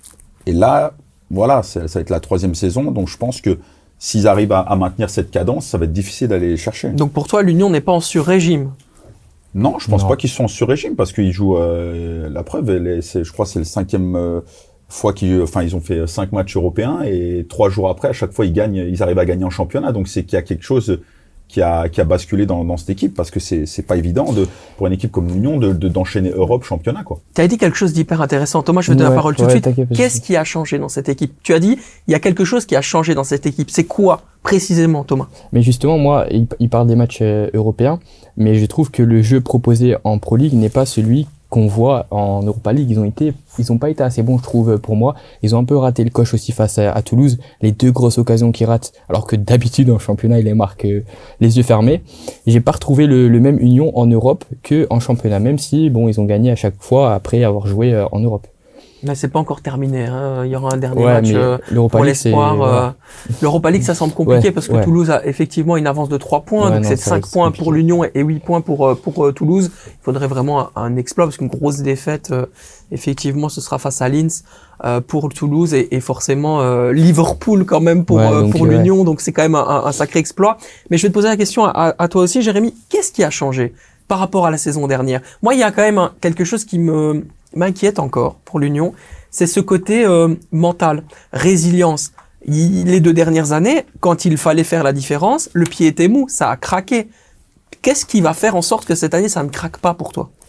Et là, voilà, ça, ça va être la troisième saison, donc je pense que s'ils arrivent à, à maintenir cette cadence, ça va être difficile d'aller les chercher. Donc pour toi, l'Union n'est pas en sur-régime. Non, je pense Non. pas qu'ils sont sur régime parce qu'ils jouent. Euh, la preuve, elle est- c'est, je crois, que c'est le cinquième euh, fois qu'ils, enfin, ils ont fait cinq matchs européens et trois jours après, à chaque fois, ils gagnent, ils arrivent à gagner en championnat. Donc c'est qu'il y a quelque chose qui a qui a basculé dans, dans cette équipe parce que c'est c'est pas évident de pour une équipe comme l'Union de, de d'enchaîner Europe championnat quoi. Tu as dit quelque chose d'hyper intéressant. Thomas, je vais te donner la Ouais, parole tout de ouais, suite. t'inquiète, pas de Qu'est-ce souci. qui a changé dans cette équipe? Tu as dit, il y a quelque chose qui a changé dans cette équipe. C'est quoi, précisément, Thomas? Mais justement, moi, il, il parle des matchs euh, européens, mais je trouve que le jeu proposé en Pro League n'est pas celui qu'on voit en Europa League. Ils ont été, ils ont pas été assez bons, je trouve, pour moi. Ils ont un peu raté le coche aussi face à, à Toulouse. Les deux grosses occasions qu'ils ratent, alors que d'habitude en championnat, ils les marquent euh, les yeux fermés. J'ai pas retrouvé le, le même union en Europe que en championnat, même si, bon, ils ont gagné à chaque fois après avoir joué euh, en Europe. Mais c'est pas encore terminé. Hein. Il y aura un dernier Ouais, match mais euh, l'Europa pour League, c'est- l'espoir. voilà. Euh, L'Europa League, ça semble compliqué Ouais, parce que ouais. Toulouse a effectivement une avance de trois points. Ouais, donc non, c'est ça va cinq être points compliqué. pour l'Union et huit points pour, euh, pour euh, Toulouse. Il faudrait vraiment un, un exploit parce qu'une grosse défaite, euh, effectivement, ce sera face à Linz euh, pour Toulouse et, et forcément euh, Liverpool quand même pour, Ouais, euh, donc, pour ouais. l'Union. Donc c'est quand même un, un, un sacré exploit. Mais je vais te poser la question à, à toi aussi, Jérémy. Qu'est-ce qui a changé par rapport à la saison dernière? Moi, il y a quand même un, quelque chose qui me m'inquiète encore pour l'Union. C'est ce côté euh, mental, résilience. Il, les deux dernières années, quand il fallait faire la différence, le pied était mou, ça a craqué. Qu'est-ce qui va faire en sorte que cette année, ça ne craque pas pour toi?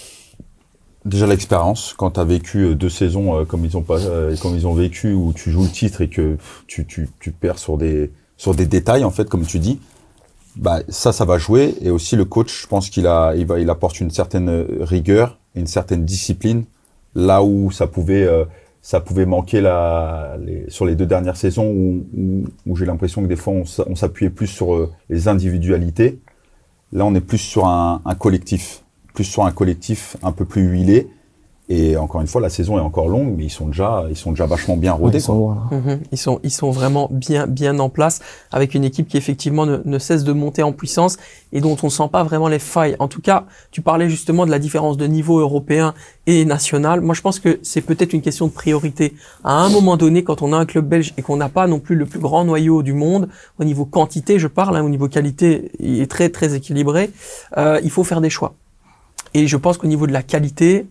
Déjà l'expérience, quand tu as vécu deux saisons euh, comme ils ont pas, euh, comme ils ont vécu, où tu joues le titre et que pff, tu, tu, tu perds sur des, sur des détails en fait, comme tu dis, bah ça, ça va jouer. Et aussi le coach, je pense qu'il a, il va, il apporte une certaine rigueur, une certaine discipline, là où ça pouvait, euh, ça pouvait manquer la, les, sur les deux dernières saisons où, où, où j'ai l'impression que des fois on, on s'appuyait plus sur euh, les individualités. Là, on est plus sur un, un collectif. plus sur un collectif un peu plus huilé. Et encore une fois, la saison est encore longue, mais ils sont déjà, ils sont déjà vachement bien rodés. Ouais, ils sont loin, là. Mmh, ils sont, ils sont vraiment bien, bien en place avec une équipe qui effectivement ne, ne cesse de monter en puissance et dont on sent pas vraiment les failles. En tout cas, tu parlais justement de la différence de niveau européen et national. Moi, je pense que c'est peut-être une question de priorité. À un moment donné, quand on a un club belge et qu'on n'a pas non plus le plus grand noyau du monde, au niveau quantité, je parle, hein, au niveau qualité, il est très, très équilibré, euh, il faut faire des choix. Et je pense qu'au niveau de la qualité,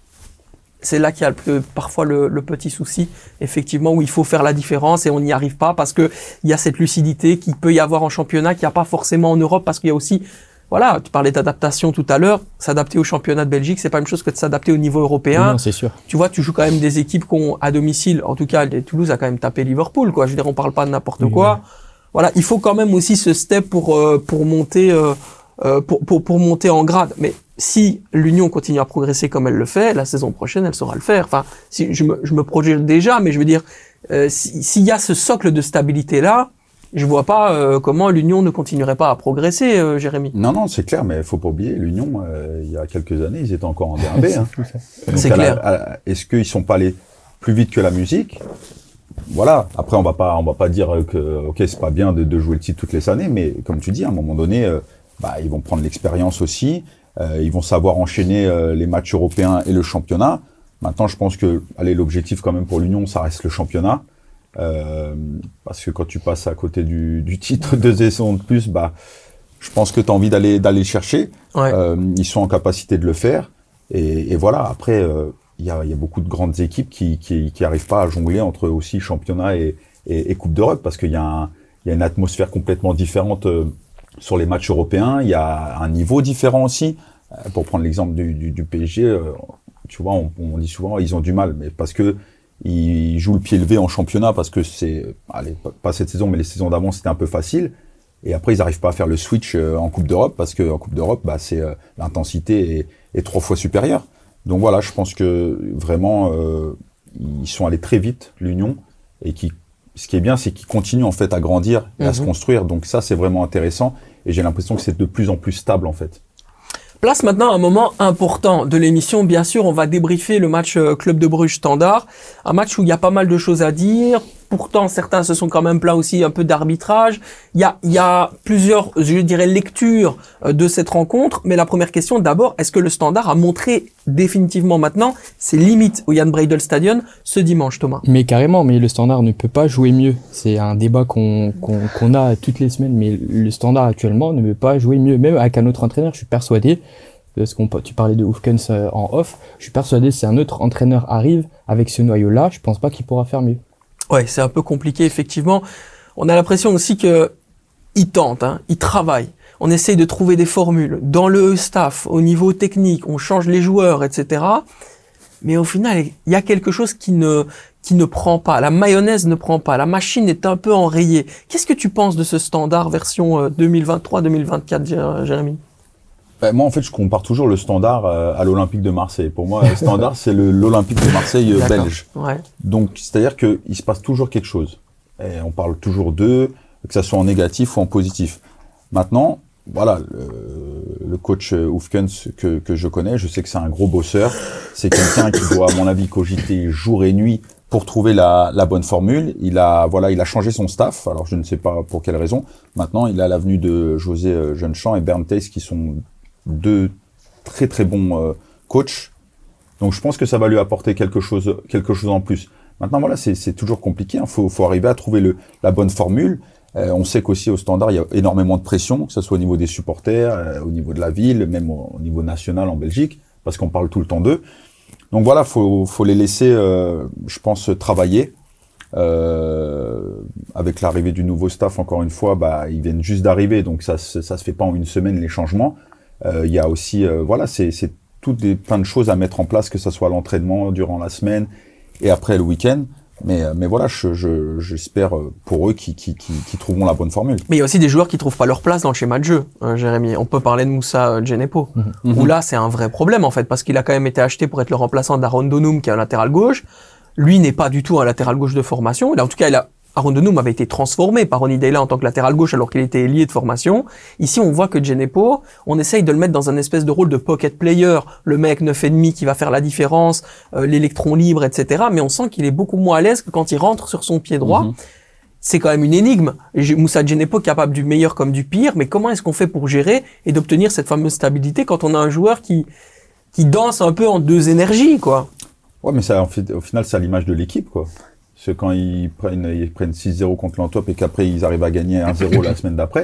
c'est là qu'il y a le, parfois le, le petit souci, effectivement, où il faut faire la différence et on n'y arrive pas parce que il y a cette lucidité qu'il peut y avoir en championnat, qu'il n'y a pas forcément en Europe, parce qu'il y a aussi, voilà, tu parlais d'adaptation tout à l'heure, s'adapter au championnat de Belgique, c'est pas la même chose que de s'adapter au niveau européen. Non, c'est sûr. Tu vois, tu joues quand même des équipes qui ont à domicile, en tout cas, Toulouse a quand même tapé Liverpool, quoi. Je veux dire, on parle pas de n'importe Oui, quoi. oui. Voilà, il faut quand même aussi ce step pour euh, pour monter euh, euh, pour, pour pour monter en grade. Mais si l'Union continue à progresser comme elle le fait, la saison prochaine, elle saura le faire. Enfin, si je me je me projette déjà, mais je veux dire, euh, si- s'il y a ce socle de stabilité là, je vois pas euh, comment l'Union ne continuerait pas à progresser, euh, Jérémy. Non, non, c'est clair, mais il faut pas oublier, l'Union, euh, il y a quelques années, ils étaient encore en D un B. Hein. Donc, C'est à la- clair. à- Est-ce qu'ils sont pas allés plus vite que la musique? Voilà. Après, on va pas, on va pas dire que, ok, c'est pas bien de, de jouer le titre toutes les années, mais comme tu dis, à un moment donné, euh, bah, ils vont prendre l'expérience aussi. Euh, ils vont savoir enchaîner euh, les matchs européens et le championnat. Maintenant, je pense que, allez, l'objectif quand même pour l'Union, ça reste le championnat. Euh, parce que quand tu passes à côté du, du titre deux saisons de plus, bah, je pense que tu as envie d'aller d'aller le chercher. Ouais. Euh, ils sont en capacité de le faire. Et, et voilà, après, euh, il y, a, y a beaucoup de grandes équipes qui qui, qui arrivent pas à jongler entre aussi championnat et, et, et Coupe d'Europe, parce qu'il y, a un- il y a une atmosphère complètement différente euh, sur les matchs européens. Il y a un niveau différent aussi. Euh, pour prendre l'exemple du, du, du P S G, euh, tu vois, on, on dit souvent ils ont du mal, mais parce que ils jouent le pied levé en championnat, parce que c'est, allez, pas- pas cette saison, mais les saisons d'avant, c'était un peu facile. Et après, ils n'arrivent pas à faire le switch euh, en Coupe d'Europe, parce que en Coupe d'Europe, bah, c'est euh, l'intensité est, est trois fois supérieure. Donc voilà, je pense que vraiment, euh, ils sont allés très vite, l'Union, et qui, ce qui est bien, c'est qu'ils continuent en fait à grandir et à se Mhm. construire. Donc ça, c'est vraiment intéressant, et j'ai l'impression que c'est de plus en plus stable en fait. Place maintenant à un moment important de l'émission. Bien sûr, on va débriefer le match euh, Club de Bruges Standard. Un match où il y a pas mal de choses à dire. Pourtant, certains se sont quand même plaints aussi un peu d'arbitrage. Il y a, il y a plusieurs, je dirais, lectures euh, de cette rencontre. Mais la première question, d'abord, est-ce que le Standard a montré définitivement maintenant ses limites au Jan Breydel Stadion ce dimanche, Thomas? Mais carrément, mais le Standard ne peut pas jouer mieux. C'est un débat qu'on qu'on qu'on a toutes les semaines, mais le Standard actuellement ne peut pas jouer mieux. Même avec un autre entraîneur, je suis persuadé, parce qu'on tu parlais de Hoefkens euh, en off, je suis persuadé que si un autre entraîneur arrive avec ce noyau-là, je pense pas qu'il pourra faire mieux. Ouais, c'est un peu compliqué, effectivement. On a l'impression aussi que ils tentent, hein, ils travaillent. On essaye de trouver des formules dans le staff, au niveau technique, on change les joueurs, et cetera. Mais au final, il y a quelque chose qui ne qui ne prend pas. La mayonnaise ne prend pas. La machine est un peu enrayée. Qu'est-ce que tu penses de ce Standard version deux mille vingt-trois deux mille vingt-quatre, Jé- Jérémy? Ben, moi, en fait, je compare toujours le Standard euh, à l'Olympique de Marseille. Pour moi, le Standard, c'est le- l'Olympique de Marseille euh, D'accord. belge. Ouais. Donc, c'est-à-dire qu'il se passe toujours quelque chose. Et on parle toujours d'eux, que ça soit en négatif ou en positif. Maintenant, voilà, le, le coach Oufkens que, que je connais. Je sais que c'est un gros bosseur. C'est quelqu'un qui doit, à mon avis, cogiter jour et nuit pour trouver la, la bonne formule. Il a, voilà, il a changé son staff. Alors, je ne sais pas pour quelle raison. Maintenant, il a l'avenue de José Jeunechamp et Bernd Theiss, qui sont deux très très bons euh, coachs. Donc, je pense que ça va lui apporter quelque chose, quelque chose en plus. Maintenant, voilà, c'est, c'est toujours compliqué. Il hein. faut, faut arriver à trouver le, la bonne formule. Euh, on sait qu'aussi au Standard, il y a énormément de pression, que ce soit au niveau des supporters, euh, au niveau de la ville, même au, au niveau national en Belgique, parce qu'on parle tout le temps d'eux. Donc voilà, faut, faut les laisser, euh, je pense, travailler. Euh, avec l'arrivée du nouveau staff, encore une fois, bah, ils viennent juste d'arriver, donc ça, ça se fait pas en une semaine les changements. Euh, il y a aussi, euh, voilà, c'est, c'est toutes des plein de choses à mettre en place, que ce soit l'entraînement durant la semaine et après le week-end. Mais, mais voilà, je, je, j'espère pour eux qu'ils, qu'ils, qu'ils trouveront la bonne formule. Mais il y a aussi des joueurs qui trouvent pas leur place dans le schéma de jeu, hein, Jérémy. On peut parler de Moussa Djenepo, mm-hmm. où là, c'est un vrai problème, en fait, parce qu'il a quand même été acheté pour être le remplaçant d'Aaron Donum, qui est un latéral gauche. Lui n'est pas du tout un latéral gauche de formation. En tout cas, il a, Aaron Donum avait été transformé par Ronny Deila en tant que latéral gauche alors qu'il était ailier de formation. Ici, on voit que Djenepo, on essaye de le mettre dans un espèce de rôle de pocket player, le mec neuf et demi qui va faire la différence, euh, l'électron libre, et cetera. Mais on sent qu'il est beaucoup moins à l'aise que quand il rentre sur son pied droit. Mm-hmm. C'est quand même une énigme. Et Moussa Djenepo capable du meilleur comme du pire, mais comment est-ce qu'on fait pour gérer et d'obtenir cette fameuse stabilité quand on a un joueur qui qui danse un peu en deux énergies, quoi? Ouais, mais ça, en fait, au final, c'est à l'image de l'équipe, quoi. C'est quand ils prennent, ils prennent six zéro contre l'Antwerp et qu'après ils arrivent à gagner un zéro la semaine d'après.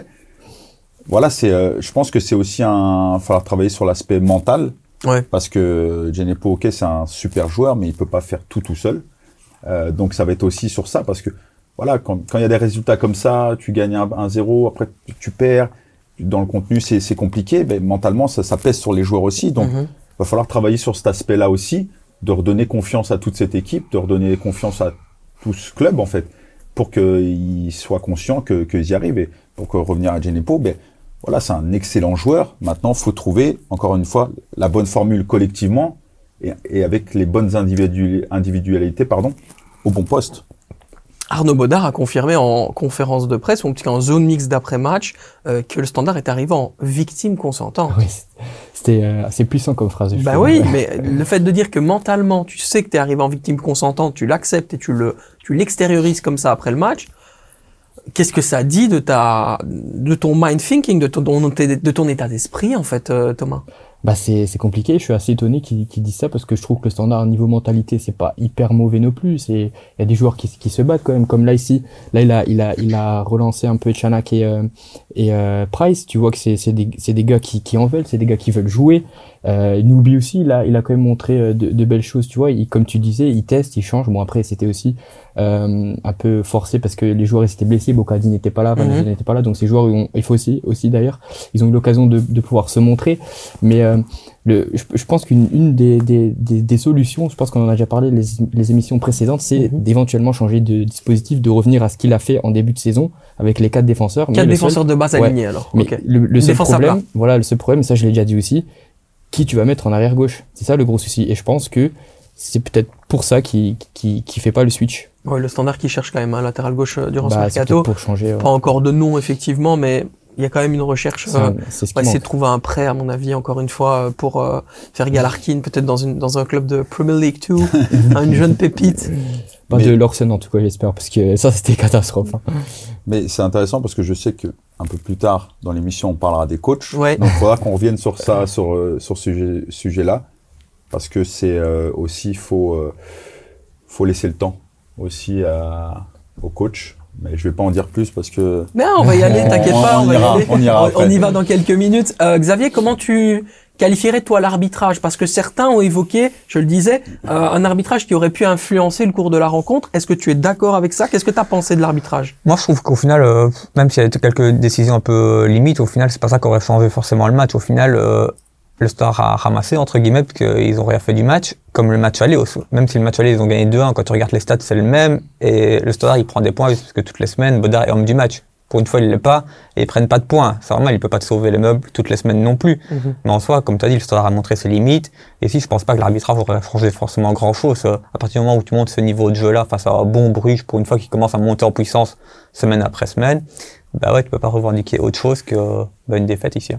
Voilà, c'est, euh, je pense que c'est aussi un, il va falloir travailler sur l'aspect mental. Ouais. Parce que Djenepo, ok, c'est un super joueur, mais il peut pas faire tout tout seul. Euh, donc ça va être aussi sur ça, parce que voilà, quand quand il y a des résultats comme ça, tu gagnes un zéro, après tu, tu perds. Dans le contenu, c'est, c'est compliqué. Mais mentalement, ça, ça pèse sur les joueurs aussi. Donc, il mm-hmm. va falloir travailler sur cet aspect-là aussi, de redonner confiance à toute cette équipe, de redonner confiance à tout ce club, en fait, pour qu'ils soient conscients que, qu'ils y arrivent. Et pour que, revenir à Djenepo, ben, voilà, c'est un excellent joueur. Maintenant, faut trouver, encore une fois, la bonne formule collectivement et, et avec les bonnes individu- individualités, pardon, au bon poste. Arnaud Baudard a confirmé en conférence de presse, ou en tout cas en zone mixte d'après-match, euh, que le Standard est arrivé en victime consentante. Oui, c'était euh, assez puissant comme phrase. Bah trouve. Oui, mais le fait de dire que mentalement, tu sais que t'es arrivé en victime consentante, tu l'acceptes et tu le, tu l'extériorises comme ça après le match, qu'est-ce que ça dit de ta, de ton mind thinking, de ton, de ton état d'esprit, en fait, euh, Thomas? Bah c'est c'est compliqué, je suis assez étonné qu'ils qu'ils disent ça parce que je trouve que le Standard niveau mentalité c'est pas hyper mauvais non plus, c'est il y a des joueurs qui qui se battent quand même, comme là ici, là il a il a il a relancé un peu Chanak et euh, et euh, Price, tu vois que c'est c'est des c'est des gars qui qui en veulent, c'est des gars qui veulent jouer. Euh, Noubi aussi, là, il a quand même montré de, de belles choses, tu vois. Il, comme tu disais, il teste, il change. Bon, après, c'était aussi euh, un peu forcé parce que les joueurs ils étaient blessés. Bocadi n'était pas là, Van mm-hmm. n'était pas là. Donc ces joueurs, ont, il faut aussi, aussi d'ailleurs, ils ont eu l'occasion de, de pouvoir se montrer. Mais euh, le, je, je pense qu'une une des, des, des, des solutions, je pense qu'on en a déjà parlé les, les émissions précédentes, c'est mm-hmm. d'éventuellement changer de dispositif, de revenir à ce qu'il a fait en début de saison avec les quatre défenseurs. Quatre défenseurs seul, de base alignés ouais, alors. Mais okay. le, le seul problème, voilà, le seul problème, ça je l'ai déjà dit aussi. Qui tu vas mettre en arrière gauche, c'est ça le gros souci. Et je pense que c'est peut-être pour ça qu'il qui qui fait pas le switch. Ouais, le Standard qui cherche quand même un latéral gauche durant bah, ce mercato. Pour changer. Ouais. Pas encore de nom effectivement, mais il y a quand même une recherche. C'est, euh, c'est ce on va essayer de trouver un prêt à mon avis encore une fois pour euh, faire Galarkin peut-être dans une dans un club de Premier League deux, une jeune pépite. Pas mais, de Lorsen en tout cas j'espère parce que ça c'était catastrophe. Hein. Mais c'est intéressant parce que je sais que un peu plus tard dans l'émission on parlera des coachs. Ouais. Donc il faudra qu'on revienne sur ça, sur euh, sur ce sujet, sujet-là, parce que c'est euh, aussi faut euh, faut laisser le temps aussi à, aux coachs. Mais je vais pas en dire plus parce que. Mais on va y aller, t'inquiète on, pas, on, on, ira, va y aller. on ira. On, on y va dans quelques minutes. Euh, Xavier, comment tu qualifierais toi l'arbitrage? Parce que certains ont évoqué, je le disais, euh, un arbitrage qui aurait pu influencer le cours de la rencontre. Est-ce que tu es d'accord avec ça? Qu'est-ce que tu as pensé de l'arbitrage? Moi, je trouve qu'au final, euh, même s'il y a quelques décisions un peu limites, au final, c'est pas ça qui aurait changé forcément le match. Au final, euh, le Standard a ramassé, entre guillemets, parce qu'ils ont rien fait du match, comme le match aller aussi. Même si le match aller, ils ont gagné deux un, quand tu regardes les stats, c'est le même. Et le Standard, il prend des points, parce que toutes les semaines, Baudard est homme du match. Pour une fois, il l'est pas, et ils prennent pas de points. C'est normal, il peut pas te sauver les meubles toutes les semaines non plus. Mm-hmm. Mais en soi, comme tu as dit, le Standard a montré ses limites. Et si je pense pas que l'arbitrage aurait changé forcément grand chose, à partir du moment où tu montes ce niveau de jeu-là face à un bon Bruges, pour une fois qu'il commence à monter en puissance semaine après semaine, bah ouais, tu peux pas revendiquer autre chose que bah, une défaite ici.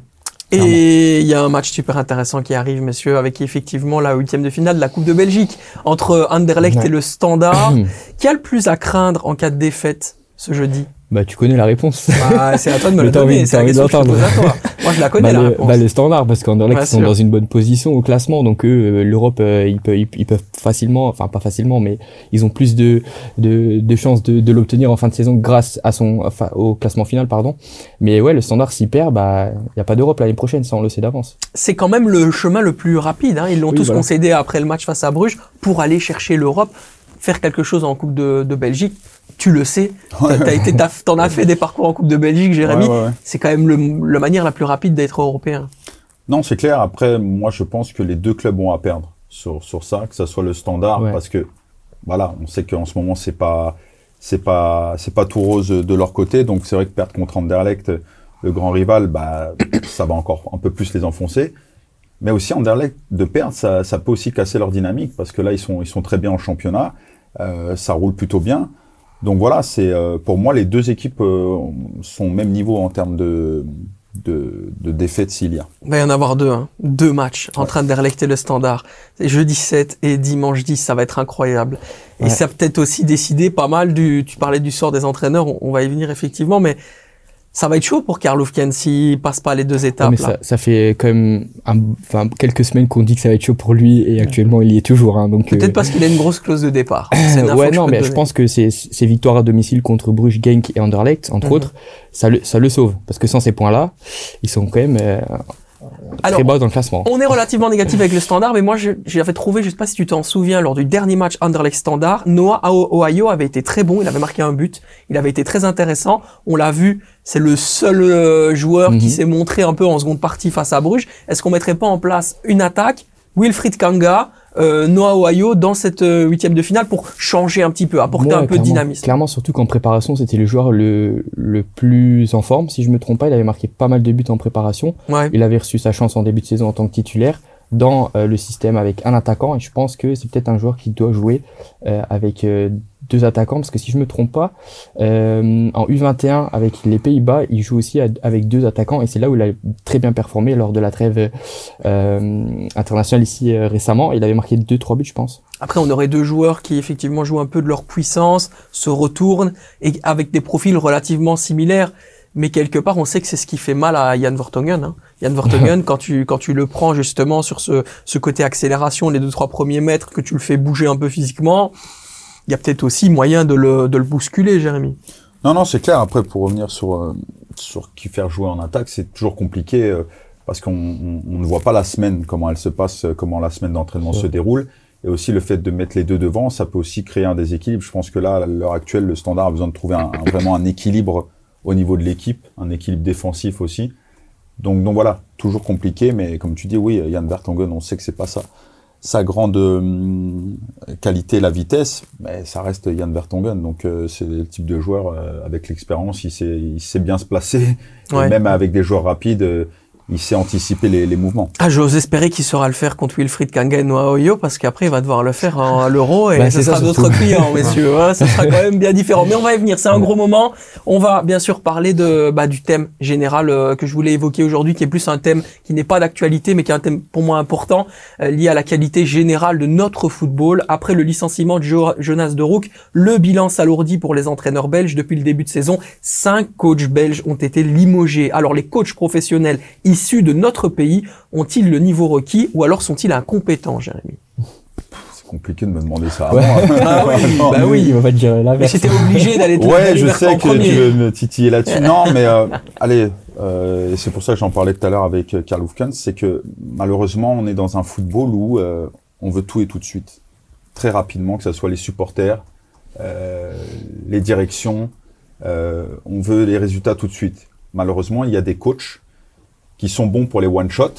Et il y a un match super intéressant qui arrive, messieurs, avec effectivement la huitième de finale de la Coupe de Belgique entre Anderlecht Ouais. et le Standard. Qui a le plus à craindre en cas de défaite ce jeudi? Bah, tu connais la réponse. Bah, c'est à toi de me Mais le t'as donner, envie- c'est t'as la envie question que je te d'entendre. pose à toi. Moi, je la connais, bah, la le, réponse. bah, le Standard, parce qu'Anderlecht, Bien ils sont sûr. dans une bonne position au classement, donc eux, euh, l'Europe, euh, ils, peuvent, ils, ils peuvent facilement, enfin pas facilement, mais ils ont plus de, de, de chances de, de l'obtenir en fin de saison grâce à son, enfin, au classement final, pardon. Mais ouais, le Standard, s'il perd, bah, il n'y a pas d'Europe l'année prochaine, ça on le sait d'avance. C'est quand même le chemin le plus rapide. Hein. Ils l'ont Oui, tous voilà. concédé après le match face à Bruges pour aller chercher l'Europe, faire quelque chose en Coupe de, de Belgique. Tu le sais, t'as, t'as été, t'as, t'en as fait des parcours en Coupe de Belgique, Jérémy. Ouais, ouais, ouais. C'est quand même le, la manière la plus rapide d'être européen. Non, c'est clair. Après, moi, je pense que les deux clubs ont à perdre sur sur ça, que ça soit le Standard, Ouais. parce que voilà, on sait qu'en ce moment c'est pas c'est pas c'est pas tout rose de leur côté. Donc c'est vrai que perdre contre Anderlecht, le grand rival, bah ça va encore un peu plus les enfoncer. Mais aussi Anderlecht de perdre, ça ça peut aussi casser leur dynamique, parce que là ils sont ils sont très bien en championnat, euh, ça roule plutôt bien. Donc voilà, c'est euh, pour moi les deux équipes euh, sont au même niveau en termes de de, de défaite s'il y a. Il va y en avoir deux, hein. Deux matchs entre Anderlecht et le Standard. C'est jeudi sept et dimanche dix, ça va être incroyable. Et Ouais. ça a peut-être aussi décidé pas mal du, tu parlais du sort des entraîneurs, on, on va y venir effectivement, mais ça va être chaud pour Karl Hufken s'il passe pas les deux Ouais, étapes. mais là. ça, ça fait quand même un, enfin, quelques semaines qu'on dit que ça va être chaud pour lui, et actuellement il y est toujours, hein, donc. Peut-être euh, parce qu'il a une grosse clause de départ. C'est une info ouais, que je non, peux te mais je donner. pense que ces, ces victoires à domicile contre Bruges, Genk et Anderlecht, entre Mhm. autres, ça le, ça le sauve. Parce que sans ces points-là, ils sont quand même euh, Alors, très bas dans le classement. on est relativement négatif avec le Standard, mais moi, je- j'avais trouvé, je sais pas si tu t'en souviens, lors du dernier match Anderlecht-Standard, Noah Ohio avait été très bon, il avait marqué un but, il avait été très intéressant, on l'a vu, c'est le seul euh, joueur qui Mhm. s'est montré un peu en seconde partie face à Bruges. Est-ce qu'on mettrait pas en place une attaque, Wilfried Kanga, euh, Noah Ohio dans cette euh, huitième de finale pour changer un petit peu, apporter Ouais, un peu de clairement. dynamisme? Clairement, surtout qu'en préparation, c'était le joueur le, le plus en forme. Si je me trompe pas, il avait marqué pas mal de buts en préparation. Ouais. Il avait reçu sa chance en début de saison en tant que titulaire dans euh, le système avec un attaquant, et je pense que c'est peut-être un joueur qui doit jouer euh, avec euh, deux attaquants, parce que si je me trompe pas, euh, en U vingt et un avec les Pays-Bas, il joue aussi à- avec deux attaquants, et c'est là où il a très bien performé lors de la trêve euh, internationale ici euh, récemment. Il avait marqué deux trois buts, je pense. Après, on aurait deux joueurs qui effectivement jouent un peu de leur puissance, se retournent et avec des profils relativement similaires. Mais quelque part, on sait que c'est ce qui fait mal à Jan Vertonghen. Hein. Jan Vertonghen, quand tu quand tu le prends justement sur ce ce côté accélération, les deux trois premiers mètres, que tu le fais bouger un peu physiquement, il y a peut-être aussi moyen de le de le bousculer, Jérémy. Non, non, c'est clair. Après, pour revenir sur euh, sur qui faire jouer en attaque, c'est toujours compliqué euh, parce qu'on on, on ne voit pas la semaine, comment elle se passe, euh, comment la semaine d'entraînement C'est se vrai. déroule. Et aussi le fait de mettre les deux devant, ça peut aussi créer un déséquilibre. Je pense que là, à l'heure actuelle, le Standard a besoin de trouver un, un- vraiment un équilibre au niveau de l'équipe, un équilibre défensif aussi. Donc, donc voilà, toujours compliqué, mais comme tu dis, oui, Jan Vertonghen, on sait que c'est pas ça. Sa grande euh, qualité, la vitesse, mais ça reste Jan Vertonghen. Donc euh, c'est le type de joueur euh, avec l'expérience, il sait, il sait bien se placer. Ouais. Et même avec des joueurs rapides, euh, il sait anticiper les, les mouvements. Ah, j'ose espérer qu'il saura le faire contre Wilfried Kanga et Noah Ohio, parce qu'après, il va devoir le faire en- à l'Euro et Bah, ce c'est ça, sera d'autres surtout. clients, messieurs. Hein, ce sera quand même bien différent. Mais on va y venir. C'est un gros moment. On va bien sûr parler de, bah, du thème général euh, que je voulais évoquer aujourd'hui, qui est plus un thème qui n'est pas d'actualité, mais qui est un thème pour moi important, euh, lié à la qualité générale de notre football. Après le licenciement de Jo- Jonas de Rook, le bilan s'alourdit pour les entraîneurs belges. Depuis le début de saison, cinq coachs belges ont été limogés. Alors, les coachs professionnels issus de notre pays ont-ils le niveau requis ou alors sont-ils incompétents, Jérémy? C'est compliqué de me demander ça. Ouais. avant. Ah oui, bah oui. Il va pas te dire Mais l'inverse. j'étais obligé d'aller te Ouais, d'aller je vers toi sais en que premier. tu veux me titiller là-dessus. Non, mais euh, allez, euh, et c'est pour ça que j'en parlais tout à l'heure avec euh, Karl Hufken, c'est que malheureusement, on est dans un football où euh, on veut tout et tout de suite, très rapidement, que ce soit les supporters, euh, les directions, euh, on veut les résultats tout de suite. Malheureusement, il y a des coachs qui sont bons pour les one-shots,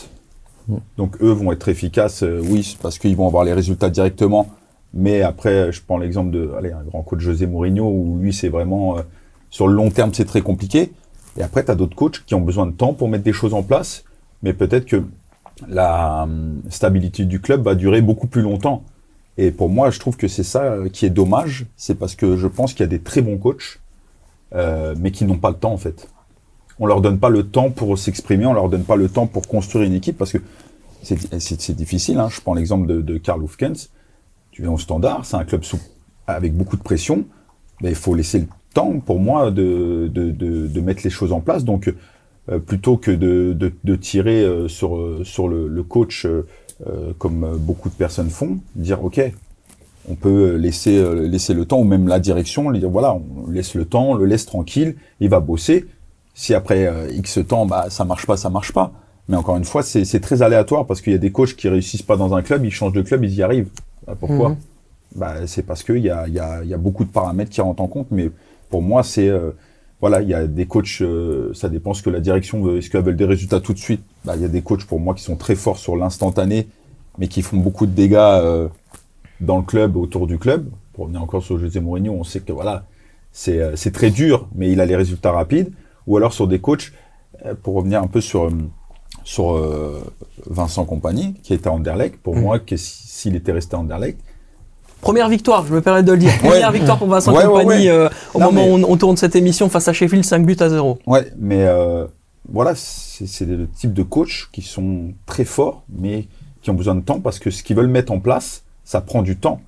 donc eux vont être efficaces, euh, oui, parce qu'ils vont avoir les résultats directement. Mais après, je prends l'exemple de, allez, un grand coach José Mourinho, où lui, c'est vraiment, euh, sur le long terme, c'est très compliqué. Et après, tu as d'autres coachs qui ont besoin de temps pour mettre des choses en place, mais peut-être que la euh, stabilité du club va durer beaucoup plus longtemps. Et pour moi, je trouve que c'est ça euh, qui est dommage, c'est parce que je pense qu'il y a des très bons coachs, euh, mais qui n'ont pas le temps, en fait. on leur donne pas le temps pour s'exprimer, on leur donne pas le temps pour construire une équipe parce que c'est, c'est, c'est difficile. Hein. Je prends l'exemple de, de Karl Hufkens. Tu viens au Standard, c'est un club sous, avec beaucoup de pression. Mais il faut laisser le temps pour moi de, de, de, de mettre les choses en place. Donc, euh, plutôt que de, de, de tirer euh, sur, sur le, le coach euh, comme beaucoup de personnes font, dire ok, on peut laisser, euh, laisser le temps, ou même la direction, lui dire voilà, on laisse le temps, on le laisse tranquille, il va bosser. Si après euh, X temps, bah, ça marche pas, ça marche pas. Mais encore une fois, c'est, c'est très aléatoire parce qu'il y a des coachs qui réussissent pas dans un club, ils changent de club, ils y arrivent. Bah, pourquoi ? Mmh. Bah, c'est parce qu'il y a, y, a, y a beaucoup de paramètres qui rentrent en compte. Mais pour moi, c'est euh, voilà, il y a des coachs, euh, ça dépend ce que la direction veut. Est-ce qu'elle veut des résultats tout de suite ? Bah, il y a des coachs pour moi qui sont très forts sur l'instantané, mais qui font beaucoup de dégâts euh, dans le club, autour du club. Pour revenir encore sur José Mourinho, on sait que voilà, c'est, euh, c'est très dur, mais il a les résultats rapides. Ou alors sur des coachs, euh, pour revenir un peu sur euh, sur euh, Vincent Kompany, qui était à Anderlecht. Pour mmh. moi, que s'il était resté à Anderlecht. Première victoire, je me permets de le dire. Première ouais. victoire pour Vincent ouais, Kompany ouais, ouais. Euh, au non, moment mais... où on, on tourne cette émission face à Sheffield, cinq buts à zéro. Ouais, mais euh, voilà, c'est, c'est le type de coachs qui sont très forts, mais qui ont besoin de temps parce que ce qu'ils veulent mettre en place, ça prend du temps.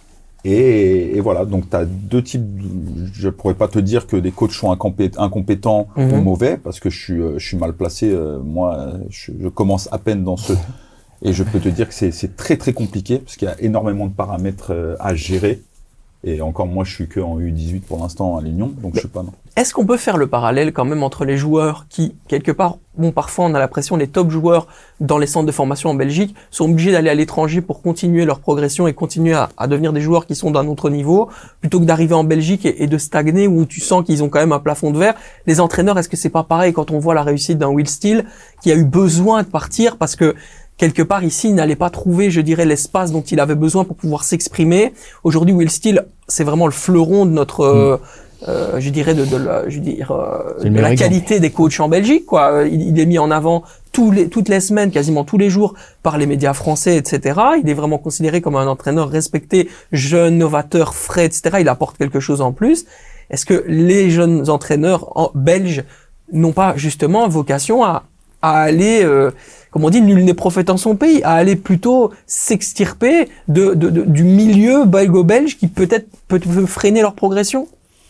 Et, et voilà, donc tu as deux types. Je pourrais pas te dire que des coachs sont incompé- incompétents mmh. ou mauvais parce que je suis, je suis mal placé. Euh, moi, je, je commence à peine dans ce. Et je peux te dire que c'est, c'est très très compliqué parce qu'il y a énormément de paramètres euh, à gérer. Et encore moi, je suis que en U dix-huit pour l'instant à Lignon, donc je sais pas non. Est-ce qu'on peut faire le parallèle quand même entre les joueurs qui, quelque part, bon, parfois on a l'impression les top joueurs dans les centres de formation en Belgique sont obligés d'aller à l'étranger pour continuer leur progression et continuer à, à devenir des joueurs qui sont d'un autre niveau, plutôt que d'arriver en Belgique et, et de stagner où tu sens qu'ils ont quand même un plafond de verre. Les entraîneurs, est-ce que c'est pas pareil quand on voit la réussite d'un Will Steele qui a eu besoin de partir parce que quelque part ici, il n'allait pas trouver, je dirais, l'espace dont il avait besoin pour pouvoir s'exprimer. Aujourd'hui, Will Steele, c'est vraiment le fleuron de notre, euh, euh, je dirais, de, de la, je veux dire, euh, de la qualité des coachs en Belgique, quoi. Il, il est mis en avant tous les, toutes les semaines, quasiment tous les jours, par les médias français, et cetera. Il est vraiment considéré comme un entraîneur respecté, jeune, novateur, frais, et cetera. Il apporte quelque chose en plus. Est-ce que les jeunes entraîneurs en, belges n'ont pas justement vocation à, à aller, euh, comme on dit, nul n'est prophète en son pays, à aller plutôt s'extirper de, de, de, du milieu belgo-belge qui peut-être peut, peut freiner leur progression ?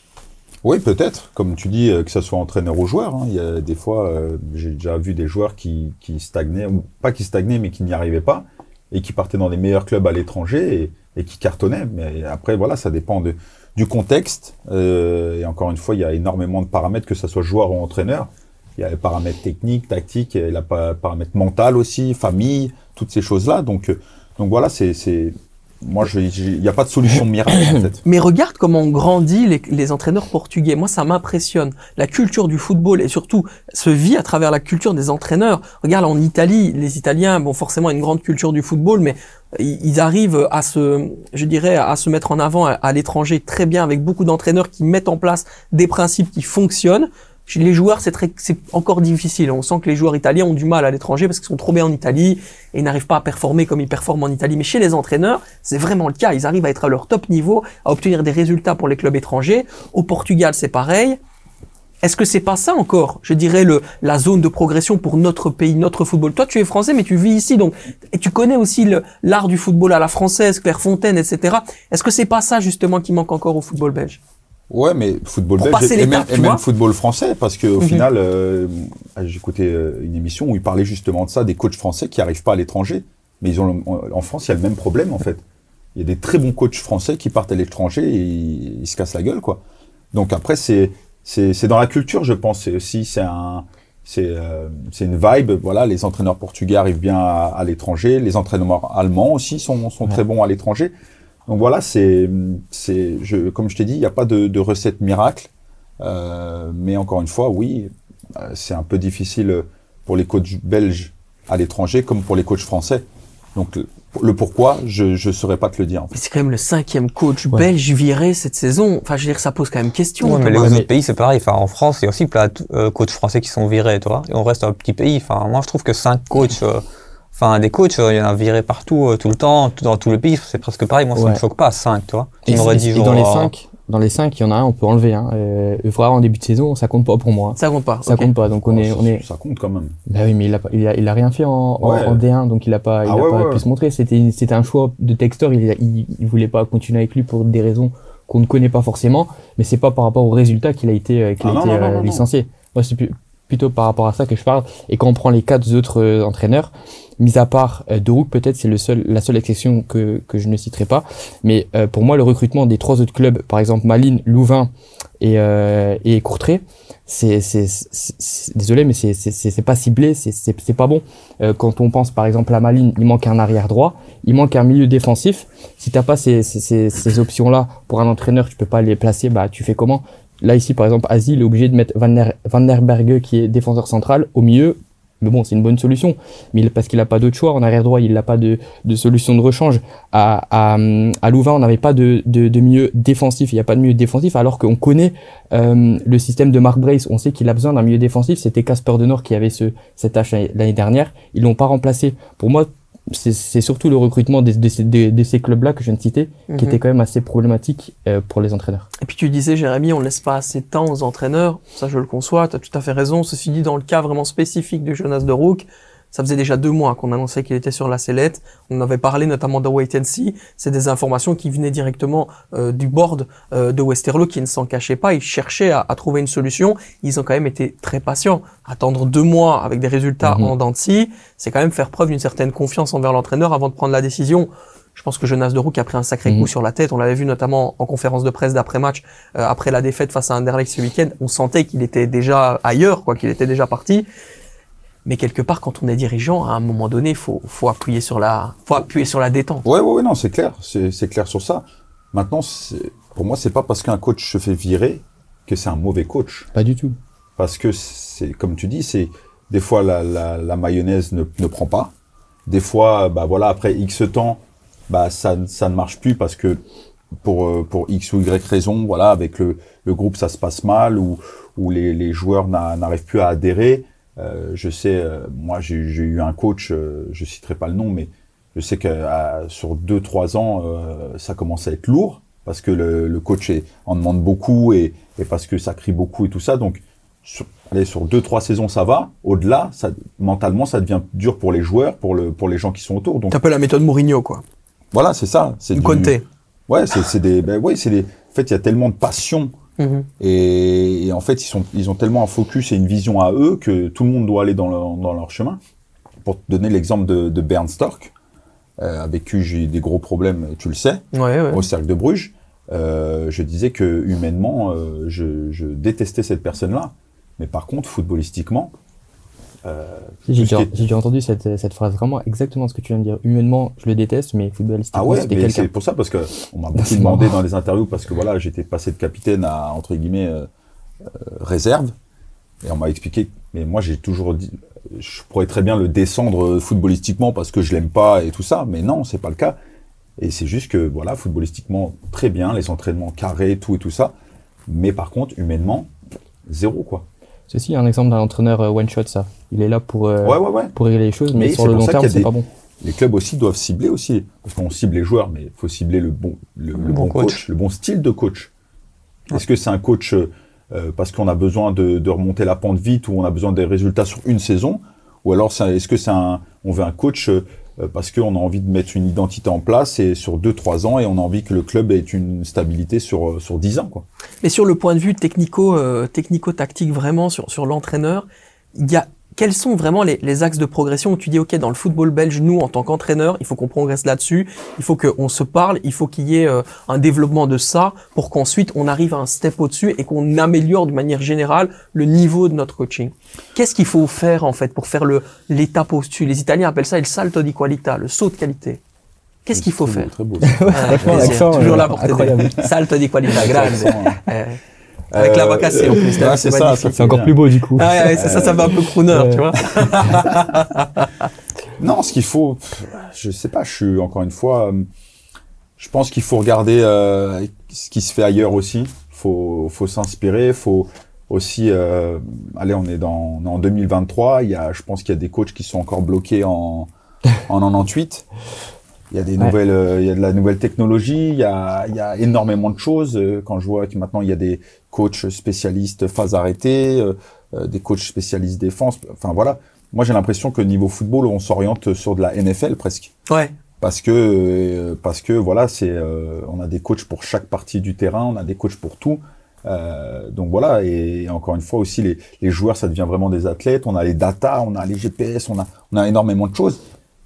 Oui, peut-être. Comme tu dis, que ce soit entraîneur ou joueur. Hein. Il y a des fois, euh, j'ai déjà vu des joueurs qui, qui stagnaient, ou pas qui stagnaient, mais qui n'y arrivaient pas, et qui partaient dans les meilleurs clubs à l'étranger et, et qui cartonnaient. Mais après, voilà, ça dépend de, du contexte. Euh, et encore une fois, il y a énormément de paramètres, que ce soit joueur ou entraîneur. Il y a les paramètres techniques, tactiques, il y a les paramètres mentaux aussi, famille, toutes ces choses-là. Donc, donc voilà, c'est, c'est, moi, il n'y a pas de solution miracle, en fait. Mais regarde comment on grandit les, les entraîneurs portugais. Moi, ça m'impressionne. La culture du football et surtout se vit à travers la culture des entraîneurs. Regarde, en Italie, les Italiens, bon, forcément, une grande culture du football, mais ils arrivent à se, je dirais, à se mettre en avant à, à l'étranger très bien avec beaucoup d'entraîneurs qui mettent en place des principes qui fonctionnent. Chez les joueurs, c'est très, c'est encore difficile. On sent que les joueurs italiens ont du mal à l'étranger parce qu'ils sont trop bien en Italie et ils n'arrivent pas à performer comme ils performent en Italie. Mais chez les entraîneurs, c'est vraiment le cas. Ils arrivent à être à leur top niveau, à obtenir des résultats pour les clubs étrangers. Au Portugal, c'est pareil. Est-ce que c'est pas ça encore, je dirais, le, la zone de progression pour notre pays, notre football? Toi, tu es français, mais tu vis ici, donc, et tu connais aussi le, l'art du football à la française, Clairefontaine, et cetera. Est-ce que c'est pas ça, justement, qui manque encore au football belge? Ouais, mais football belge et même, et même football français, parce que au mm-hmm. final, euh, j'écoutais une émission où ils parlaient justement de ça, des coachs français qui arrivent pas à l'étranger, mais ils ont, en France, il y a le même problème en fait. Il y a des très bons coachs français qui partent à l'étranger et ils, ils se cassent la gueule, quoi. Donc après, c'est, c'est, c'est dans la culture, je pense. C'est aussi, c'est un, c'est, euh, c'est une vibe. Voilà, les entraîneurs portugais arrivent bien à, à l'étranger, les entraîneurs allemands aussi sont, sont ouais. très bons à l'étranger. Donc voilà, c'est, c'est, je, comme je t'ai dit, il n'y a pas de, de recette miracle, euh, mais encore une fois, oui, c'est un peu difficile pour les coachs belges à l'étranger comme pour les coachs français. Donc le, le pourquoi, je ne saurais pas te le dire. En fait. Mais c'est quand même le cinquième coach ouais. belge viré cette saison. Enfin, je veux dire, ça pose quand même question. Ouais, mais les autres mais... pays, c'est pareil. Enfin, en France, il y a aussi plein de euh, coachs français qui sont virés, toi. Et on reste un petit pays. Enfin, moi, je trouve que cinq coachs. Euh, Enfin, des coachs, il y en a viré partout, euh, tout le temps, tout, dans tout le pays, c'est presque pareil. Moi, ça ouais. me choque pas, cinq, tu vois. Et, et, et dans les cinq, dans les cinq, il y en a un, on peut enlever. Hein. Euh, Evra en début de saison, ça compte pas pour moi. Ça compte pas. Ça okay. compte pas. Donc on oh, est, ça, on est. Ça compte quand même. Bah oui, mais il a, il a, il a rien fait en, ouais. en, en D un, donc il a pas, il ah a ouais, pas ouais. pu se montrer. C'était, c'était un choix de Textor. Il, il, il voulait pas continuer avec lui pour des raisons qu'on ne connaît pas forcément. Mais c'est pas par rapport au résultat qu'il a été, qu'il ah a non, été non, non, euh, non, licencié. Moi, c'est plus, plutôt par rapport à ça que je parle. Et quand on prend les quatre autres euh, entraîneurs, mis à part euh, Derouk, peut-être c'est le seul, la seule exception que que je ne citerai pas. Mais euh, pour moi, le recrutement des trois autres clubs, par exemple Malines, Louvain et euh, et Courtrai, c'est c'est, c'est, c'est désolé, mais c'est c'est c'est pas ciblé, c'est c'est c'est pas bon. Euh, quand on pense par exemple à Malines, il manque un arrière droit, il manque un milieu défensif. Si t'as pas ces ces ces, ces options là pour un entraîneur, tu peux pas les placer. Bah tu fais comment? Là, ici, par exemple, Asie, il est obligé de mettre Van, der, Van der Berge, qui est défenseur central, au milieu. Mais bon, c'est une bonne solution. Mais parce qu'il n'a pas d'autre choix. En arrière droit, il n'a pas de, de solution de rechange. À, à, à Louvain, on n'avait pas de, de, de milieu défensif. Il n'y a pas de milieu défensif, alors qu'on connaît euh, le système de Mark Brace. On sait qu'il a besoin d'un milieu défensif. C'était Casper de Nord qui avait ce, cette tâche l'année dernière. Ils l'ont pas remplacé. Pour moi, c'est, c'est surtout le recrutement de, de, de, de ces clubs-là que je viens de citer, mm-hmm. qui était quand même assez problématique euh, pour les entraîneurs. Et puis tu disais, Jérémy, on ne laisse pas assez de temps aux entraîneurs. Ça, je le conçois, tu as tout à fait raison. Ceci dit, dans le cas vraiment spécifique de Jonas Derouk, ça faisait déjà deux mois qu'on annonçait qu'il était sur la sellette. On avait parlé notamment de Wait and See. C'est des informations qui venaient directement euh, du board euh, de Westerlo, qui ne s'en cachait pas. Ils cherchaient à, à trouver une solution. Ils ont quand même été très patients. Attendre deux mois avec des résultats mmh. en dents de scie, c'est quand même faire preuve d'une certaine confiance envers l'entraîneur avant de prendre la décision. Je pense que Jonas Derouk a pris un sacré mmh. coup sur la tête. On l'avait vu notamment en conférence de presse d'après-match, euh, après la défaite face à Anderlecht ce week-end. On sentait qu'il était déjà ailleurs, quoi, qu'il était déjà parti. Mais quelque part, quand on est dirigeant, à un moment donné, faut faut appuyer sur la, faut appuyer sur la détente. Ouais, ouais, ouais, non, c'est clair, c'est c'est clair sur ça. Maintenant, c'est, pour moi, c'est pas parce qu'un coach se fait virer que c'est un mauvais coach. Pas du tout. Parce que c'est, comme tu dis, c'est des fois la la, la mayonnaise ne ne prend pas. Des fois, bah voilà, après X temps, bah ça ça ne marche plus parce que pour pour X ou Y raison, voilà, avec le le groupe ça se passe mal ou ou les les joueurs n'arrivent plus à adhérer. Euh, je sais, euh, moi j'ai, j'ai eu un coach, euh, je citerai pas le nom, mais je sais que à, sur deux trois ans, euh, ça commence à être lourd parce que le, le coach est, en demande beaucoup et, et parce que ça crie beaucoup et tout ça. Donc, sur, allez, sur deux trois saisons ça va. Au-delà, ça, mentalement, ça devient dur pour les joueurs, pour le pour les gens qui sont autour. Donc, c'est un peu la méthode Mourinho, quoi. Voilà, c'est ça. C'est du Conte. Ouais, c'est, c'est des, ben ouais, c'est des. En fait, il y a tellement de passion. Mmh. Et, et en fait, ils sont, ils ont tellement un focus et une vision à eux que tout le monde doit aller dans leur, dans leur chemin. Pour te donner l'exemple de, de Bernd Storck, euh, avec qui j'ai eu des gros problèmes, tu le sais, ouais, ouais. au Cercle de Bruges, euh, je disais que humainement, euh, je, je détestais cette personne-là. Mais par contre, footballistiquement, euh, j'ai, déjà, est... j'ai déjà entendu cette, cette phrase, vraiment exactement ce que tu viens de dire. Humainement, je le déteste, mais footballistiquement, ah ouais, c'était mais quelqu'un. C'est pour ça, parce que on m'a beaucoup demandé dans les interviews, parce que voilà, j'étais passé de capitaine à, entre guillemets, euh, euh, réserve. Et on m'a expliqué, mais moi j'ai toujours dit, je pourrais très bien le descendre footballistiquement parce que je l'aime pas et tout ça, mais non, c'est pas le cas. Et c'est juste que, voilà, footballistiquement, très bien, les entraînements carrés, tout et tout ça. Mais par contre, humainement, zéro, quoi. Ceci est un exemple d'un entraîneur one shot, ça. Il est là pour, euh, ouais, ouais, ouais. pour régler les choses, mais, mais sur le long terme, c'est des... pas bon. Les clubs aussi doivent cibler aussi, parce qu'on cible les joueurs, mais il faut cibler le bon, le, le, le bon, bon coach. coach, le bon style de coach. Ouais. Est-ce que c'est un coach euh, parce qu'on a besoin de, de remonter la pente vite ou on a besoin des résultats sur une saison, ou alors c'est, est-ce que c'est un, on veut un coach euh, parce qu'on a envie de mettre une identité en place et sur deux trois ans et on a envie que le club ait une stabilité sur sur dix ans, quoi. Mais sur le point de vue technico euh, technico-tactique, vraiment sur sur l'entraîneur, il y a quels sont vraiment les, les axes de progression où tu dis, OK, dans le football belge, nous, en tant qu'entraîneur, il faut qu'on progresse là-dessus, il faut qu'on se parle, il faut qu'il y ait euh, un développement de ça pour qu'ensuite on arrive à un step au-dessus et qu'on améliore de manière générale le niveau de notre coaching. Qu'est-ce qu'il faut faire, en fait, pour faire le l'étape au-dessus? Les Italiens appellent ça il salto di qualità, le saut de qualité. Qu'est-ce c'est qu'il faut très faire? Beau, très beau. Franchement, l'accent, toujours euh, là pour t'aider. Salto di qualità, grande. euh, Avec euh, la vacassée en plus, là, c'est, c'est ça, ça c'est encore plus beau du coup. Ah ouais, ouais, ça, ça, ça fait un peu crooner, ouais. Tu vois. Non, ce qu'il faut, je sais pas, je suis encore une fois, je pense qu'il faut regarder euh, ce qui se fait ailleurs aussi. Faut, faut s'inspirer, faut aussi, euh, allez, on est dans, on est en deux mille vingt-trois. Il y a, je pense qu'il y a des coachs qui sont encore bloqués en en quatre-vingt-dix-huit. Il y a des Ouais. nouvelles, euh, il y a de la nouvelle technologie, il y a, il y a énormément de choses. Euh, Quand je vois que maintenant il y a des coachs spécialistes phase arrêtée, euh, euh, des coachs spécialistes défense. Enfin voilà. Moi j'ai l'impression que niveau football on s'oriente sur de la N F L presque. Ouais. Parce que euh, parce que voilà c'est euh, on a des coachs pour chaque partie du terrain, on a des coachs pour tout. Euh, donc voilà et, et encore une fois aussi les, les joueurs ça devient vraiment des athlètes. On a les data, on a les G P S, on a on a énormément de choses.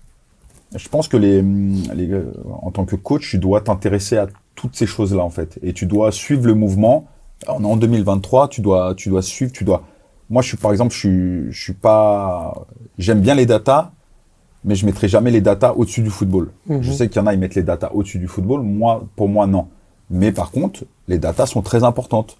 Je pense que les, les en tant que coach, tu dois t'intéresser à toutes ces choses-là en fait, et tu dois suivre le mouvement. On est en deux mille vingt-trois, tu dois, tu dois suivre, tu dois. Moi, je suis par exemple, je suis, je suis pas. J'aime bien les datas, mais je mettrai jamais les datas au-dessus du football. Mhm. Je sais qu'il y en a, ils mettent les datas au-dessus du football. Moi, pour moi, non. Mais par contre, les datas sont très importantes.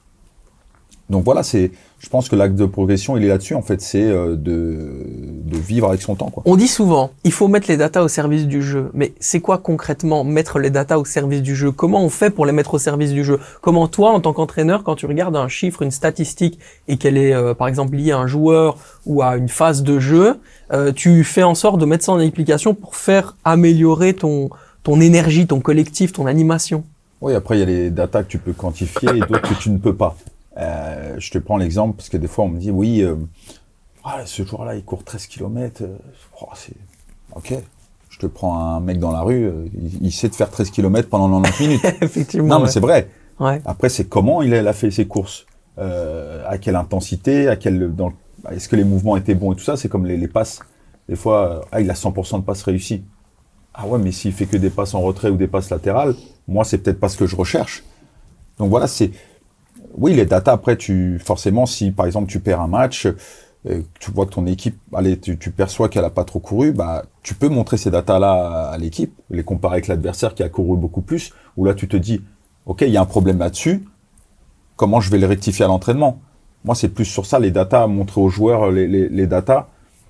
Donc voilà, c'est. Je pense que l'acte de progression, il est là-dessus. En fait, c'est euh, de, de vivre avec son temps, quoi. On dit souvent, il faut mettre les datas au service du jeu. Mais c'est quoi concrètement mettre les datas au service du jeu? Comment on fait pour les mettre au service du jeu? Comment toi, en tant qu'entraîneur, quand tu regardes un chiffre, une statistique, et qu'elle est, euh, par exemple, liée à un joueur ou à une phase de jeu, euh, tu fais en sorte de mettre ça en application pour faire améliorer ton, ton énergie, ton collectif, ton animation? Oui, après, il y a les datas que tu peux quantifier et d'autres que tu ne peux pas. Euh, je te prends l'exemple parce que des fois, on me dit, oui, euh, ah, ce joueur-là, il court treize kilomètres. Euh, oh, c'est... Ok. Je te prends un mec dans la rue, euh, il, il sait de faire treize kilomètres pendant quatre-vingt-dix minutes. Effectivement. Non, mais ouais. c'est vrai. Ouais. Après, c'est comment il a, il a fait ses courses. Euh, à quelle intensité, à quel, dans, est-ce que les mouvements étaient bons et tout ça. C'est comme les, les passes. Des fois, euh, ah, il a cent pour cent de passes réussies. Ah ouais, mais s'il fait que des passes en retrait ou des passes latérales, moi, c'est peut-être pas ce que je recherche. Donc voilà, c'est... Oui, les datas, après, tu forcément, si par exemple tu perds un match, euh, tu vois que ton équipe, allez, tu, tu perçois qu'elle a pas trop couru, bah, tu peux montrer ces datas-là à, à l'équipe, les comparer avec l'adversaire qui a couru beaucoup plus, où là tu te dis, ok, il y a un problème là-dessus, comment je vais le rectifier à l'entraînement? Moi, c'est plus sur ça, les datas, montrer aux joueurs les, les, les datas,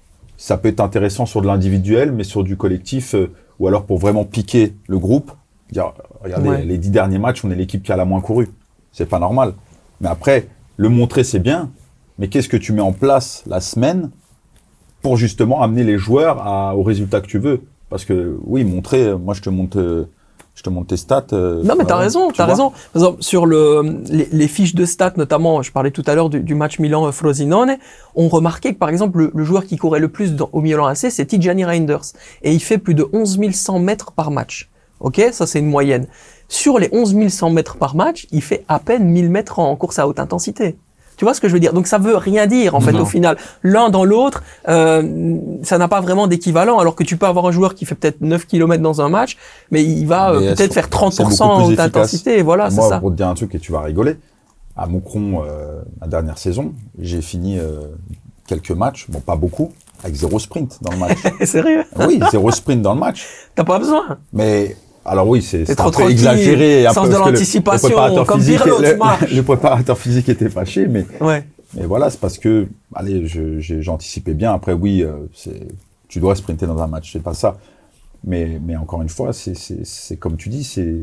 ça peut être intéressant sur de l'individuel, mais sur du collectif, euh, ou alors pour vraiment piquer le groupe, dire, regardez, Ouais. les dix derniers matchs, on est l'équipe qui a la moins couru. C'est pas normal. Mais après, le montrer, c'est bien. Mais qu'est-ce que tu mets en place la semaine pour justement amener les joueurs à, au résultat que tu veux? Parce que oui, montrer, moi je te montre, euh, je te montre tes stats. Euh, Non, mais t'as voilà, raison, tu t'as vois. raison. Par exemple, sur le, les, les fiches de stats, notamment, je parlais tout à l'heure du, du match Milan-Frosinone, on remarquait que, par exemple, le, le joueur qui courait le plus dans, au Milan A C, c'est Tijani Reinders. Et il fait plus de onze mille cent mètres par match. Ok? Ça, c'est une moyenne. Sur les onze mille cent mètres par match, il fait à peine mille mètres en course à haute intensité. Tu vois ce que je veux dire? Donc ça veut rien dire en fait Non. au final. L'un dans l'autre, euh, ça n'a pas vraiment d'équivalent. Alors que tu peux avoir un joueur qui fait peut-être neuf kilomètres dans un match, mais il va euh, Mais peut-être c'est- faire trente c'est pour beaucoup cent en plus haute efficace. intensité. Voilà, c'est Moi, ça. pour te dire un truc et tu vas rigoler, à Moucron, euh, la dernière saison, j'ai fini euh, quelques matchs, bon pas beaucoup, avec zéro sprint dans le match. Sérieux? Oui, zéro sprint dans le match. T'as pas besoin. Mais alors oui, c'est c'est trop un peu tranquille, exagéré. Un sens peu, de parce que le- l'anticipation, le préparateur comme physique- Pirlo, tu le- marches. Le préparateur physique était fâché, mais, Ouais. mais voilà, c'est parce que, allez, je- j'ai- j'anticipais bien. Après, oui, euh, c'est, tu dois sprinter dans un match, c'est pas ça. Mais, mais encore une fois, c'est, c'est, c'est comme tu dis, c'est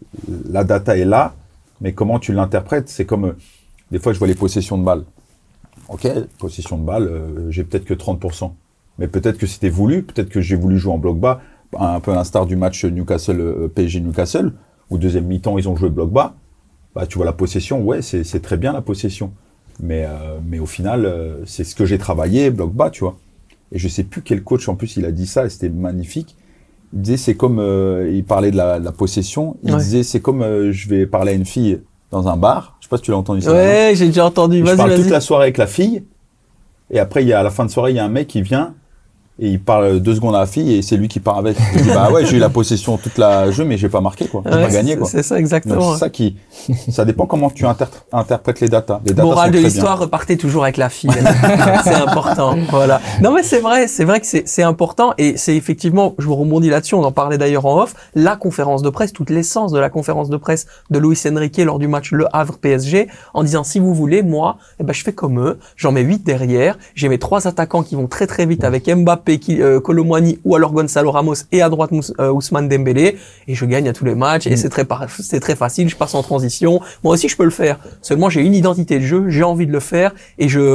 la data est là, mais comment tu l'interprètes, c'est comme euh, des fois je vois les possessions de balles. Ok, possession de balles, euh, j'ai peut-être que trente pour cent, mais peut-être que c'était voulu, peut-être que j'ai voulu jouer en bloc bas, un peu à l'instar du match Newcastle euh, P S G Newcastle, où deuxième mi-temps ils ont joué bloc bas. Bah tu vois la possession, ouais, c'est, c'est très bien la possession, mais euh, mais au final euh, c'est ce que j'ai travaillé bloc bas, tu vois. Et je sais plus quel coach en plus il a dit ça, et c'était magnifique. Il disait c'est comme, euh, il parlait de la, de la possession, il Ouais. disait c'est comme euh, je vais parler à une fille dans un bar. Je sais pas si tu l'as entendu ça. Ouais, j'ai déjà entendu. Je Vas-y, parle toute vas-y. la soirée avec la fille, et après il y a à la fin de soirée il y a un mec qui vient et il parle deux secondes à la fille et c'est lui qui part avec. Il dit bah ouais j'ai eu la possession toute la jeu mais j'ai pas marqué quoi, j'ai Ouais, pas gagné c'est- quoi. C'est ça Donc, exactement. c'est ça qui, ça dépend comment tu inter- interprètes les datas. Les datas Morale sont de très l'histoire, repartez toujours avec la fille. C'est important. Voilà. Non, mais c'est vrai, c'est vrai que c'est, c'est important et c'est effectivement, je vous rebondis là-dessus, on en parlait d'ailleurs en off, la conférence de presse, toute l'essence de la conférence de presse de Luis Enrique lors du match Le Havre P S G en disant si vous voulez, moi, eh ben, je fais comme eux, j'en mets huit derrière, j'ai mes trois attaquants qui vont très très vite avec Mbappé, qui, euh, Colomwani ou alors Gonzalo Ramos et à droite Mous- euh, Ousmane Dembélé et je gagne à tous les matchs et c'est très, par- c'est très facile, je passe en transition. Moi aussi, je peux le faire. Seulement, j'ai une identité de jeu, j'ai envie de le faire et je,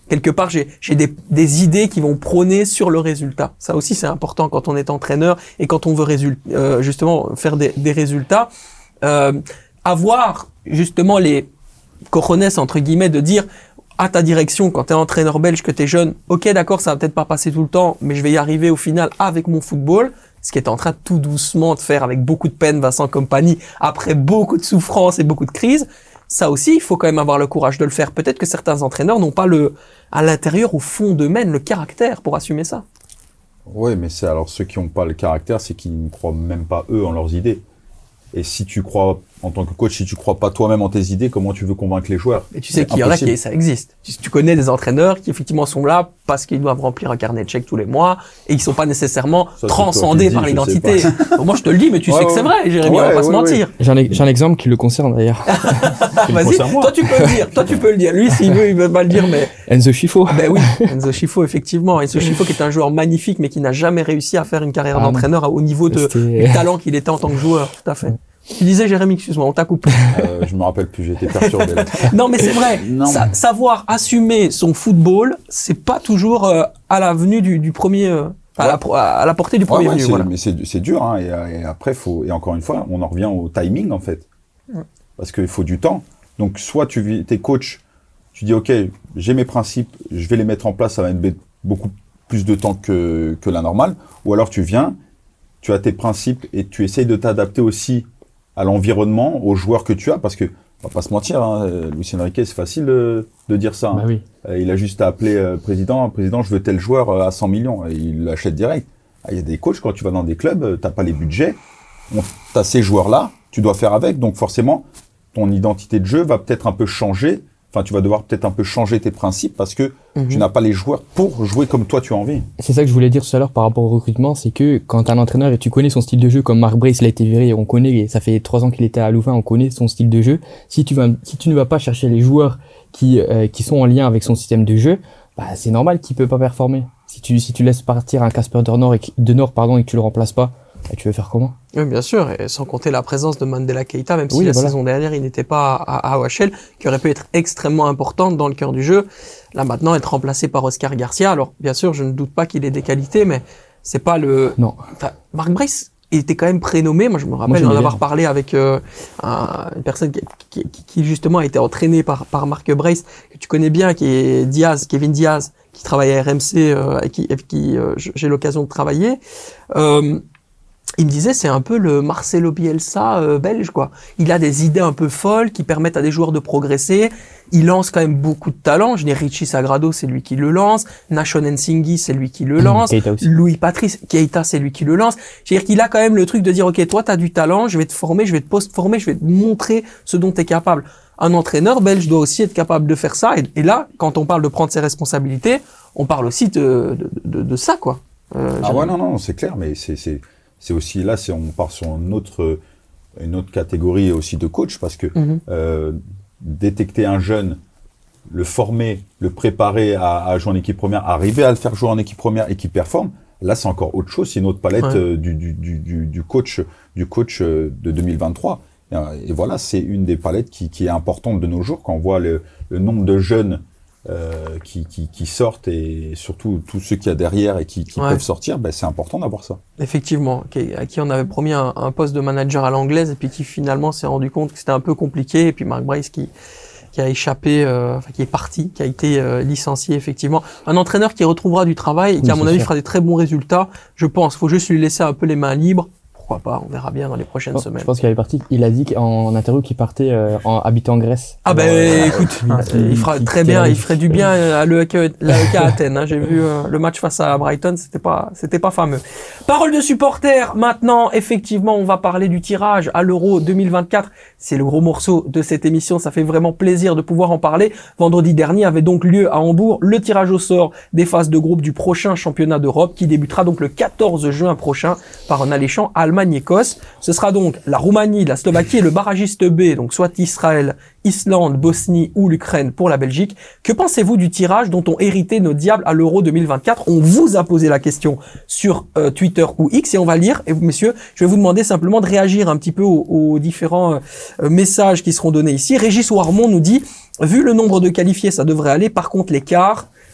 quelque part, j'ai, j'ai des, des idées qui vont prôner sur le résultat. Ça aussi, c'est important quand on est entraîneur et quand on veut résul- euh, justement faire des, des résultats. Euh, avoir justement les cojones, entre guillemets, de dire à ta direction, quand tu es entraîneur belge, que tu es jeune, ok, d'accord, ça va peut-être pas passer tout le temps, mais je vais y arriver au final avec mon football. Ce qui est en train tout doucement de faire avec beaucoup de peine Vincent Kompany, après beaucoup de souffrance et beaucoup de crises. Ça aussi, il faut quand même avoir le courage de le faire. Peut-être que certains entraîneurs n'ont pas le, à l'intérieur, au fond d'eux-mêmes, le caractère pour assumer ça. Oui, mais c'est alors ceux qui n'ont pas le caractère, c'est qu'ils ne croient même pas eux en leurs idées. Et si tu crois, en tant que coach, si tu crois pas toi-même en tes idées, comment tu veux convaincre les joueurs? Et tu sais qu'il y en a qui, ça existe. Tu, tu connais des entraîneurs qui effectivement sont là parce qu'ils doivent remplir un carnet de chèques tous les mois et ils sont pas nécessairement ça, transcendés par dis, l'identité. Bon, moi je te le dis, mais tu ouais, sais ouais, que c'est vrai, Jérémy, ouais, on va pas ouais, se mentir. Ouais. J'ai, un, j'ai un exemple qui le concerne d'ailleurs. Vas-y, toi tu peux le dire, toi tu peux le dire. Lui, s'il veut, il veut pas le dire, mais. Enzo Schifo. Ben oui, Enzo Schifo, effectivement. Enzo Schifo qui est un joueur magnifique, mais qui n'a jamais réussi à faire une carrière ah, d'entraîneur au niveau de, du talent qu'il était en tant que joueur. Tout à fait. Tu disais, Jérémy, excuse-moi, on t'a coupé. Euh, je me rappelle plus, j'ai été perturbé là. Non, mais c'est vrai. Non, Sa- mais... Savoir assumer son football, c'est pas toujours euh, à la venue du, du premier, euh, à, ouais. la, à la portée du premier ouais, ouais, venu. C'est, voilà. Mais c'est, c'est dur, hein. Et, et après, faut, et encore une fois, on en revient au timing en fait, ouais. Parce qu'il faut du temps. Donc, soit tu vis, t'es coach, tu dis, ok, j'ai mes principes, je vais les mettre en place, ça va être beaucoup plus de temps que que la normale. Ou alors tu viens, tu as tes principes et tu essayes de t'adapter aussi à l'environnement, aux joueurs que tu as, parce que, on va pas se mentir, hein, Luis Enrique, c'est facile de, de dire ça. Hein. Bah oui. Euh, il a juste à appeler euh, président, président, je veux tel joueur euh, à cent millions, et il l'achète direct. Il y a des coachs, quand tu vas dans des clubs, euh, t'as pas les budgets, on, t'as ces joueurs-là, tu dois faire avec, donc forcément, ton identité de jeu va peut-être un peu changer, enfin, tu vas devoir peut-être un peu changer tes principes, parce que mm-hmm. tu n'as pas les joueurs pour jouer comme toi tu as envie. C'est ça que je voulais dire tout à l'heure par rapport au recrutement, c'est que quand t'as un entraîneur et tu connais son style de jeu, comme Marc Brace, il a été viré, on connaît, et ça fait trois ans qu'il était à Louvain, on connaît son style de jeu. Si tu vas, si tu ne vas pas chercher les joueurs qui, euh, qui sont en lien avec son système de jeu, bah, c'est normal qu'il peut pas performer. Si tu, si tu laisses partir un Casper de Nord et que, de Nord, pardon, et que tu le remplaces pas, bah, tu veux faire comment? Oui, bien sûr, et sans compter la présence de Mandela Keita, même si oui, la voilà. saison dernière, il n'était pas à, à A H L, qui aurait pu être extrêmement importante dans le cœur du jeu. Là, maintenant, être remplacé par Oscar Garcia. Alors, bien sûr, je ne doute pas qu'il ait des qualités, mais c'est pas le... Non. Enfin, Marc Brace, il était quand même prénommé. Moi, je me rappelle d'en avoir parlé avec euh, un, une personne qui, qui, qui, justement, a été entraînée par, par Marc Brace, que tu connais bien, qui est Diaz, Kevin Diaz, qui travaille à R M C, euh, avec qui, avec qui euh, j'ai l'occasion de travailler. Euh, Il me disait, c'est un peu le Marcelo Bielsa euh, belge, quoi. Il a des idées un peu folles qui permettent à des joueurs de progresser. Il lance quand même beaucoup de talent. Je dis Richie Sagrado, c'est lui qui le lance. Nashon Nsinghi, c'est lui qui le lance. Keita aussi. Louis Patrice, Keita, c'est lui qui le lance. C'est-à-dire qu'il a quand même le truc de dire, OK, toi, t'as du talent, je vais te former, je vais te post-former, je vais te montrer ce dont t'es capable. Un entraîneur belge doit aussi être capable de faire ça. Et, et là, quand on parle de prendre ses responsabilités, on parle aussi de, de, de, de ça, quoi. Euh, ah ouais, non, non, c'est clair, mais c'est, c'est, c'est aussi, là, c'est, on part sur une autre, une autre catégorie aussi de coach, parce que mm-hmm. euh, détecter un jeune, le former, le préparer à, à jouer en équipe première, arriver à le faire jouer en équipe première et qu'il performe, là, c'est encore autre chose, c'est une autre palette ouais. euh, du, du, du, du coach, du coach euh, de deux mille vingt-trois. Et, et voilà, c'est une des palettes qui, qui est importante de nos jours, quand on voit le, le nombre de jeunes Euh, qui, qui, qui sortent, et surtout tous ceux qu'il y a derrière et qui, qui ouais. peuvent sortir, ben, c'est important d'avoir ça. Effectivement, qui, à qui on avait promis un, un poste de manager à l'anglaise et puis qui finalement s'est rendu compte que c'était un peu compliqué, et puis Marc Brace qui, qui a échappé, euh, enfin qui est parti, qui a été euh, licencié effectivement. Un entraîneur qui retrouvera du travail et qui oui, à mon avis sûr. fera des très bons résultats, je pense. Faut juste lui laisser un peu les mains libres. Pourquoi pas, on verra bien dans les prochaines oh, semaines. Je pense qu'il avait parti, il a dit en interview qu'il partait euh, en habitant en Grèce. Ah ben euh, écoute, euh, il fera qui, très qui bien, il ferait du bien à l'E K Athènes. Hein. J'ai vu euh, le match face à Brighton, c'était pas, c'était pas fameux. Parole de supporters. Maintenant, effectivement, on va parler du tirage à l'Euro deux mille vingt-quatre. C'est le gros morceau de cette émission. Ça fait vraiment plaisir de pouvoir en parler. Vendredi dernier avait donc lieu à Hambourg le tirage au sort des phases de groupe du prochain championnat d'Europe, qui débutera donc le quatorze juin prochain par un alléchant Allemagne-Écosse. Ce sera donc la Roumanie, la Slovaquie et le barragiste B, donc soit Israël, Islande, Bosnie ou l'Ukraine pour la Belgique. Que pensez-vous du tirage dont ont hérité nos diables à l'Euro deux mille vingt-quatre? On vous a posé la question sur euh, Twitter ou X et on va lire. Et vous, messieurs, je vais vous demander simplement de réagir un petit peu aux, aux différents euh, messages qui seront donnés ici. Régis Warmont nous dit: vu le nombre de qualifiés, ça devrait aller. Par contre, l'écart,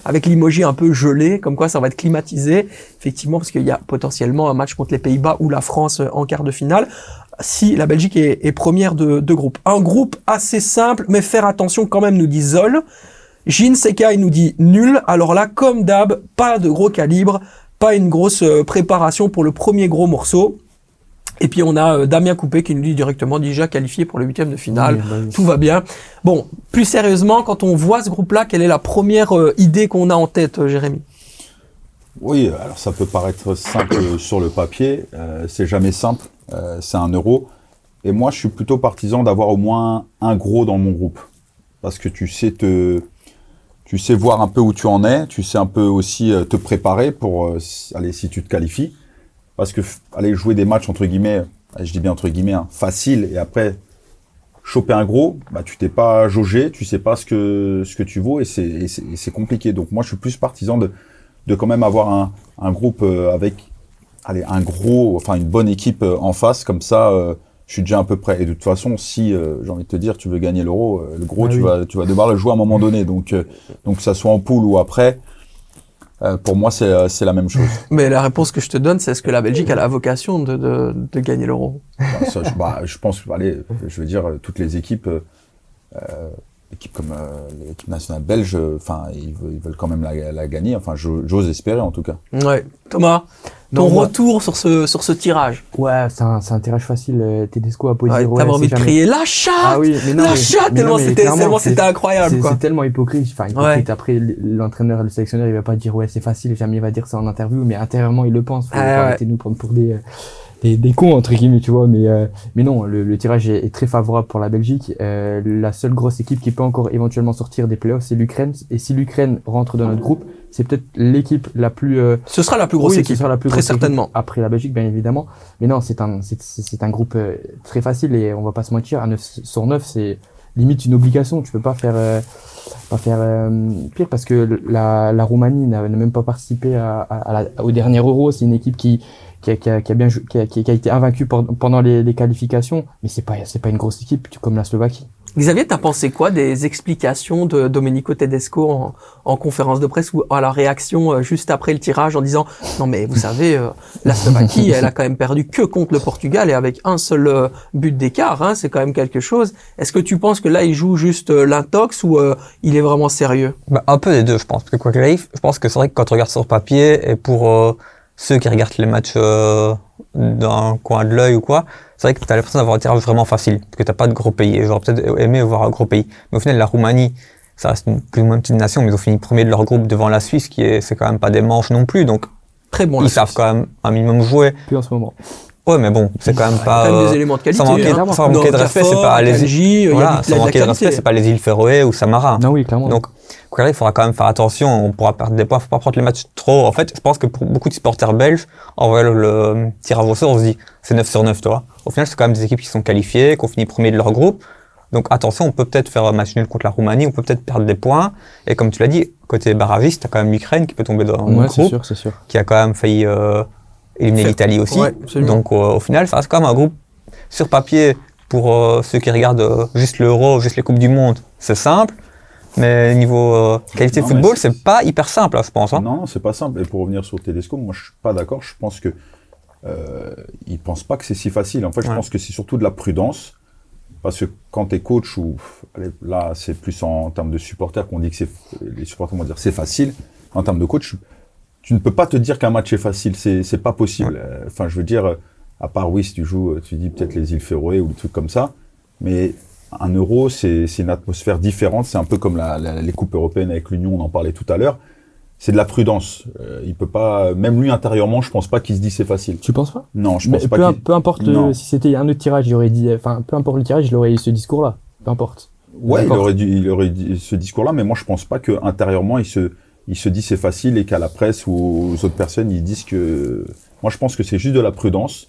avec l'emoji un peu gelé, comme quoi ça va être climatisé, effectivement, parce qu'il y a potentiellement un match contre les Pays-Bas ou la France en quart de finale, si la Belgique est, est première de, de groupe. Un groupe assez simple, mais faire attention quand même, nous dit Zol. Jin Sekai nous dit nul. Alors là, comme d'hab, pas de gros calibre, pas une grosse préparation pour le premier gros morceau. Et puis on a euh, Damien Coupé qui nous dit directement déjà qualifié pour le huitième de finale. Oui, bah oui. Tout va bien. Bon, plus sérieusement, quand on voit ce groupe-là, quelle est la première euh, idée qu'on a en tête, euh, Jérémy? Oui, alors ça peut paraître simple sur le papier. Euh, c'est jamais simple. Euh, c'est un euro. Et moi, je suis plutôt partisan d'avoir au moins un gros dans mon groupe, parce que tu sais te, tu sais voir un peu où tu en es. Tu sais un peu aussi euh, te préparer pour euh, aller si tu te qualifies. Parce que aller jouer des matchs entre guillemets, je dis bien entre guillemets, hein, facile, et après choper un gros, bah tu t'es pas jaugé, tu sais pas ce que ce que tu vaux, et c'est et c'est, et c'est compliqué. Donc moi je suis plus partisan de de quand même avoir un un groupe euh, avec allez un gros, enfin une bonne équipe euh, en face, comme ça euh, je suis déjà à peu près. Et de toute façon, si euh, j'ai envie de te dire, tu veux gagner l'euro, euh, le gros ah tu oui. vas tu vas devoir le jouer à un moment donné. Donc euh, donc que ça soit en poule ou après. Euh, pour moi, c'est, euh, c'est la même chose. Mais la réponse que je te donne, c'est est-ce que la Belgique a la vocation de, de, de gagner l'euro? bah, ça, je, bah, je pense, allez, je veux dire, toutes les équipes, euh, équipes comme euh, l'équipe nationale belge, enfin, euh, ils, ils veulent quand même la, la gagner. Enfin, j'ose espérer en tout cas. Ouais. Thomas, ton non, retour moi... sur ce sur ce tirage? Ouais, c'est un, c'est un tirage facile. Tedesco a posé. Ouais, ouais, t'avais envie de jamais... crier la chatte, ah oui, mais non, la mais, chatte, mais tellement c'était tellement c'était incroyable. C'est, quoi. c'est tellement hypocrite. Enfin, hypocrite. Ouais. Après, l'entraîneur, le sélectionneur, il va pas dire ouais c'est facile. Jamais il va dire ça en interview, mais intérieurement il le pense. Faut ah, arrêter de nous prendre pour des Des, des cons entre guillemets, tu vois, mais euh, mais non, le, le tirage est, est très favorable pour la Belgique. Euh, la seule grosse équipe qui peut encore éventuellement sortir des playoffs, c'est l'Ukraine. Et si l'Ukraine rentre dans notre groupe, c'est peut-être l'équipe la plus. Euh... Ce sera la plus grosse oui, équipe. Ce sera la plus très grosse certainement. Équipe, après la Belgique, bien évidemment. Mais non, c'est un c'est c'est un groupe euh, très facile et on va pas se mentir. À neuf sur neuf, c'est limite une obligation. Tu peux pas faire euh, pas faire euh, pire parce que la la Roumanie n'a, n'a même pas participé à, à, à la, au dernier Euro. C'est une équipe qui Qui a, qui, a, qui a bien qui a, qui a été invaincu pendant les, les qualifications, mais c'est pas c'est pas une grosse équipe comme la Slovaquie. Xavier, t'as pensé quoi des explications de Domenico Tedesco en, en conférence de presse ou à la réaction juste après le tirage en disant non mais vous savez euh, la Slovaquie elle a quand même perdu que contre le Portugal et avec un seul euh, but d'écart, hein, c'est quand même quelque chose. Est-ce que tu penses que là il joue juste euh, l'intox ou euh, il est vraiment sérieux? Bah, un peu des deux, je pense. Parce que quoi qu'il arrive, je pense que c'est vrai que quand on regarde sur papier et pour euh, ceux qui regardent les matchs euh, d'un coin de l'œil ou quoi, c'est vrai que t'as l'impression d'avoir un tirage vraiment facile, parce que t'as pas de gros pays. J'aurais peut-être aimé voir un gros pays. Mais au final, la Roumanie, ça reste une plus ou moins petite nation, mais ils ont fini premier de leur groupe devant la Suisse, qui est, c'est quand même pas des manches non plus, donc très bon. Ils savent quand même un minimum jouer. Plus en ce moment. Ouais, mais bon, c'est quand même ouais, pas. Quand même des éléments de qualité. Sans manquer, hein. sans manquer de respect, c'est pas les îles. Voilà, sans manquer de respect, c'est pas les îles Féroé ou Samara. Non, oui, clairement. Donc, il faudra quand même faire attention. On pourra perdre des points, faut pas prendre les matchs trop. En fait, je pense que pour beaucoup de supporters belges, en voyant le, le tirage au sort, on se dit, c'est neuf sur neuf, tu vois. Au final, c'est quand même des équipes qui sont qualifiées, qui ont fini premier de leur groupe. Donc, attention, on peut peut-être faire un match nul contre la Roumanie, on peut peut-être perdre des points. Et comme tu l'as dit, côté barragiste, t'as quand même l'Ukraine qui peut tomber dans ouais, le groupe. C'est sûr, c'est sûr. Qui a quand même failli, euh, éliminer l'Italie aussi. Ouais, donc, euh, au final, ça reste quand même un groupe sur papier pour euh, ceux qui regardent euh, juste l'Euro, juste les Coupes du Monde, c'est simple. Mais niveau euh, qualité non, football, c'est... c'est pas hyper simple, hein, je pense. Hein. Non, non, c'est pas simple. Et pour revenir sur Tedesco, moi, je suis pas d'accord. Je pense que euh, il pense pas que c'est si facile. En fait, je ouais. pense que c'est surtout de la prudence, parce que quand t'es coach ou allez, là, c'est plus en, en termes de supporters qu'on dit que c'est les supporters vont dire c'est facile. En termes de coach, tu ne peux pas te dire qu'un match est facile. C'est c'est pas possible. Ouais. Enfin, je veux dire, à part oui, si tu joues, tu dis peut-être les îles Féroé ou des trucs comme ça, mais un euro, c'est, c'est une atmosphère différente. C'est un peu comme la, la, les coupes européennes avec l'Union, on en parlait tout à l'heure. C'est de la prudence. Euh, il peut pas, même lui intérieurement, je pense pas qu'il se dit c'est facile. Tu penses pas? Non, je pense mais pas. Peu, qu'il... peu importe le, si c'était un autre tirage, il aurait dit, enfin, peu importe le tirage, il aurait eu ce discours-là. Peu importe. Ouais, D'accord. il aurait dû, il aurait dit ce discours-là, mais moi je pense pas que intérieurement il se, il se dit c'est facile et qu'à la presse ou aux autres personnes ils disent que. Moi je pense que c'est juste de la prudence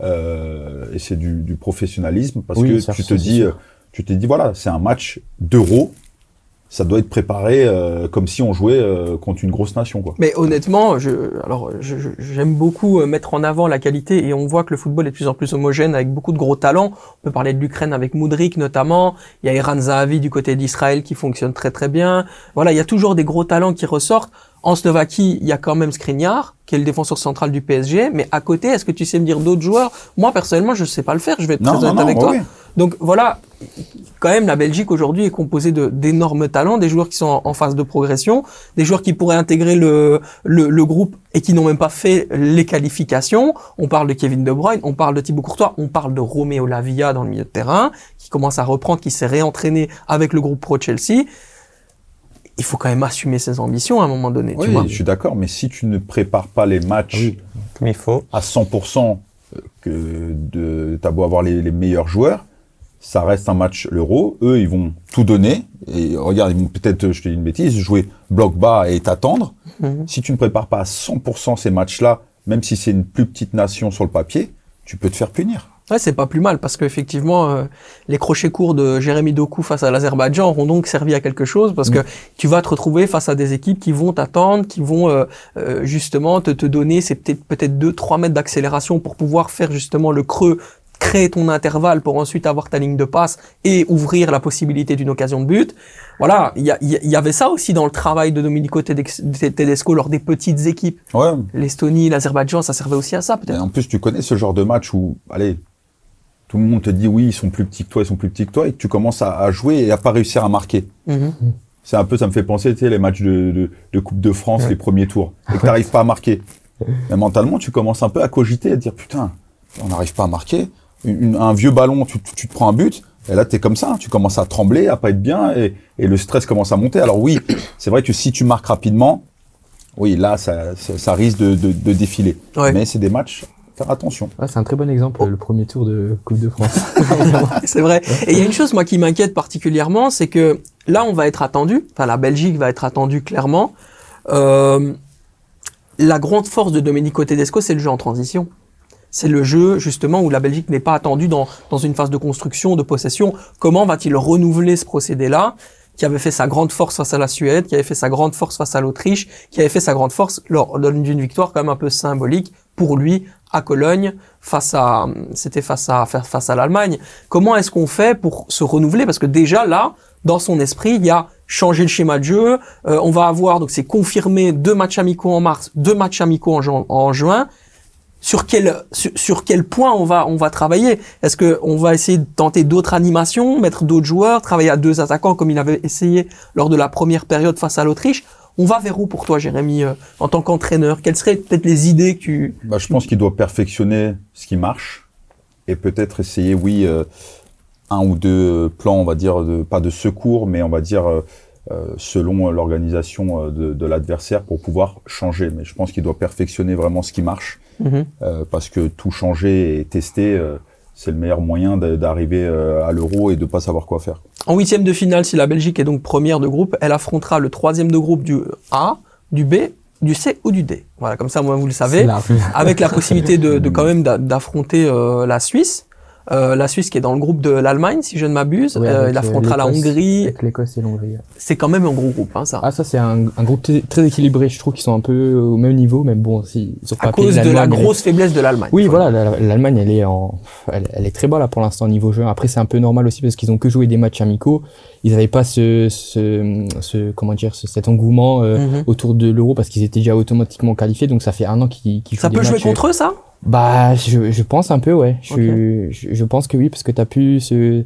euh, et c'est du, du professionnalisme parce oui, que tu te dis. Sûr. Tu t'es dit, voilà, c'est un match d'euro. ça doit être préparé euh, comme si on jouait euh, contre une grosse nation, quoi. Mais honnêtement, je, alors, je, je, j'aime beaucoup mettre en avant la qualité et on voit que le football est de plus en plus homogène avec beaucoup de gros talents. On peut parler de l'Ukraine avec Mudryk notamment. Il y a Eran Zahavi du côté d'Israël qui fonctionne très très bien. Voilà, il y a toujours des gros talents qui ressortent. En Slovaquie, il y a quand même Skriniar, qui est le défenseur central du P S G. Mais à côté, est-ce que tu sais me dire d'autres joueurs? Moi, personnellement, je sais pas le faire. Je vais être Non, très non, honnête non, avec ouais, toi. oui. Donc voilà, quand même, la Belgique aujourd'hui est composée de d'énormes talents, des joueurs qui sont en, en phase de progression, des joueurs qui pourraient intégrer le, le, le groupe et qui n'ont même pas fait les qualifications. On parle de Kevin De Bruyne, on parle de Thibaut Courtois, on parle de Romeo Lavia dans le milieu de terrain, qui commence à reprendre, qui s'est réentraîné avec le groupe Pro Chelsea. Il faut quand même assumer ses ambitions à un moment donné. Oui, tu vois. je suis d'accord, mais si tu ne prépares pas les matchs Oui, comme il faut. à cent pour cent, que de, t'as beau avoir les, les meilleurs joueurs, ça reste un match l'Euro. Eux, ils vont tout donner. Et regarde, ils vont peut-être, je te dis une bêtise, jouer bloc bas et t'attendre. Mhm. Si tu ne prépares pas à cent pour cent ces matchs-là, même si c'est une plus petite nation sur le papier, tu peux te faire punir. Ouais, c'est pas plus mal parce qu'effectivement, euh, les crochets courts de Jérémy Doku face à l'Azerbaïdjan auront donc servi à quelque chose parce que tu vas te retrouver face à des équipes qui vont t'attendre, qui vont euh, euh, justement te, te donner, c'est peut-être peut-être deux trois mètres d'accélération pour pouvoir faire justement le creux, créer ton intervalle pour ensuite avoir ta ligne de passe et ouvrir la possibilité d'une occasion de but. Voilà, il y, a, il y avait ça aussi dans le travail de Domenico Tedesco lors des petites équipes. Ouais. L'Estonie, l'Azerbaïdjan, ça servait aussi à ça Et peut-être. en plus, tu connais ce genre de match où, allez, tout le monde te dit oui, ils sont plus petits que toi, ils sont plus petits que toi, et que tu commences à, à jouer et à pas réussir à marquer. Mhm. C'est un peu, ça me fait penser, tu sais, les matchs de, de, de Coupe de France, Ouais. les premiers tours, et que t'arrives pas à marquer. Mais mentalement, tu commences un peu à cogiter, à te dire putain, on n'arrive pas à marquer. Une, une- un vieux ballon, tu, tu te prends un but, et là t'es comme ça, tu commences à trembler, à pas être bien, et, et le stress commence à monter. Alors oui, c'est vrai que si tu marques rapidement, oui, là, ça, ça, ça risque de, de, de défiler. Ouais. Mais c'est des matchs, faire attention. Ouais, c'est un très bon exemple, le premier tour de Coupe de France. C'est vrai. Et il y a une chose, moi, qui m'inquiète particulièrement, c'est que là, on va être attendu, enfin, la Belgique va être attendue clairement. Euh, la grande force de Domenico Tedesco, c'est le jeu en transition. C'est le jeu, justement, où la Belgique n'est pas attendue dans, dans une phase de construction, de possession. Comment va-t-il renouveler ce procédé-là, qui avait fait sa grande force face à la Suède, qui avait fait sa grande force face à l'Autriche, qui avait fait sa grande force lors d'une victoire quand même un peu symbolique pour lui à Cologne face à, c'était face à, face à l'Allemagne. Comment est-ce qu'on fait pour se renouveler? Parce que déjà là, dans son esprit, il y a changé le schéma de jeu. Euh, on va avoir, donc c'est confirmé, deux matchs amicaux en mars, deux matchs amicaux en, ju- en juin. Sur quel sur, sur quel point on va on va travailler? Est-ce que on va essayer de tenter d'autres animations, mettre d'autres joueurs, travailler à deux attaquants comme il avait essayé lors de la première période face à l'Autriche? On va vers où pour toi, Jérémy, euh, en tant qu'entraîneur? Quelles seraient peut-être les idées que tu... Bah, je pense qu'il doit perfectionner ce qui marche et peut-être essayer, oui, euh, un ou deux plans, on va dire, de, pas de secours, mais on va dire euh, euh, selon l'organisation euh, de, de l'adversaire pour pouvoir changer. Mais je pense qu'il doit perfectionner vraiment ce qui marche Mhm. euh, parce que tout changer et tester, euh, c'est le meilleur moyen de- d'arriver euh, à l'Euro et de pas savoir quoi faire. En huitième de finale, si la Belgique est donc première de groupe, elle affrontera le troisième de groupe du A, du B, du C ou du D. Voilà, comme ça, moi, vous le savez. C'est large. Avec la possibilité de, de quand même d'a- d'affronter euh, la Suisse. Euh, la Suisse qui est dans le groupe de l'Allemagne, si je ne m'abuse. Ouais, Euh, avec, il affrontera la l'Écosse- Hongrie. Avec l'Écosse et l'Hongrie. C'est quand même un gros groupe, hein, ça. Ah, ça, c'est un, un groupe t- très équilibré. Je trouve qu'ils sont un peu au même niveau, même bon, si, sur à papier, cause de la l'Allemagne, elle est- grosse faiblesse de l'Allemagne. Oui, Voilà. voilà, la- l'Allemagne, elle est en, elle, elle est très bas là pour l'instant au niveau jeu. Après, c'est un peu normal aussi parce qu'ils ont que joué des matchs amicaux. Ils n'avaient pas ce, ce, ce, comment dire, ce, cet engouement euh, Mhm. autour de l'Euro parce qu'ils étaient déjà automatiquement qualifiés. Donc ça fait un an qu'ils, qu'ils Ça jouent peut des jouer matchs. contre eux, ça? Bah, je, je pense un peu, ouais. Je, je, je pense que oui, parce que t'as pu ce,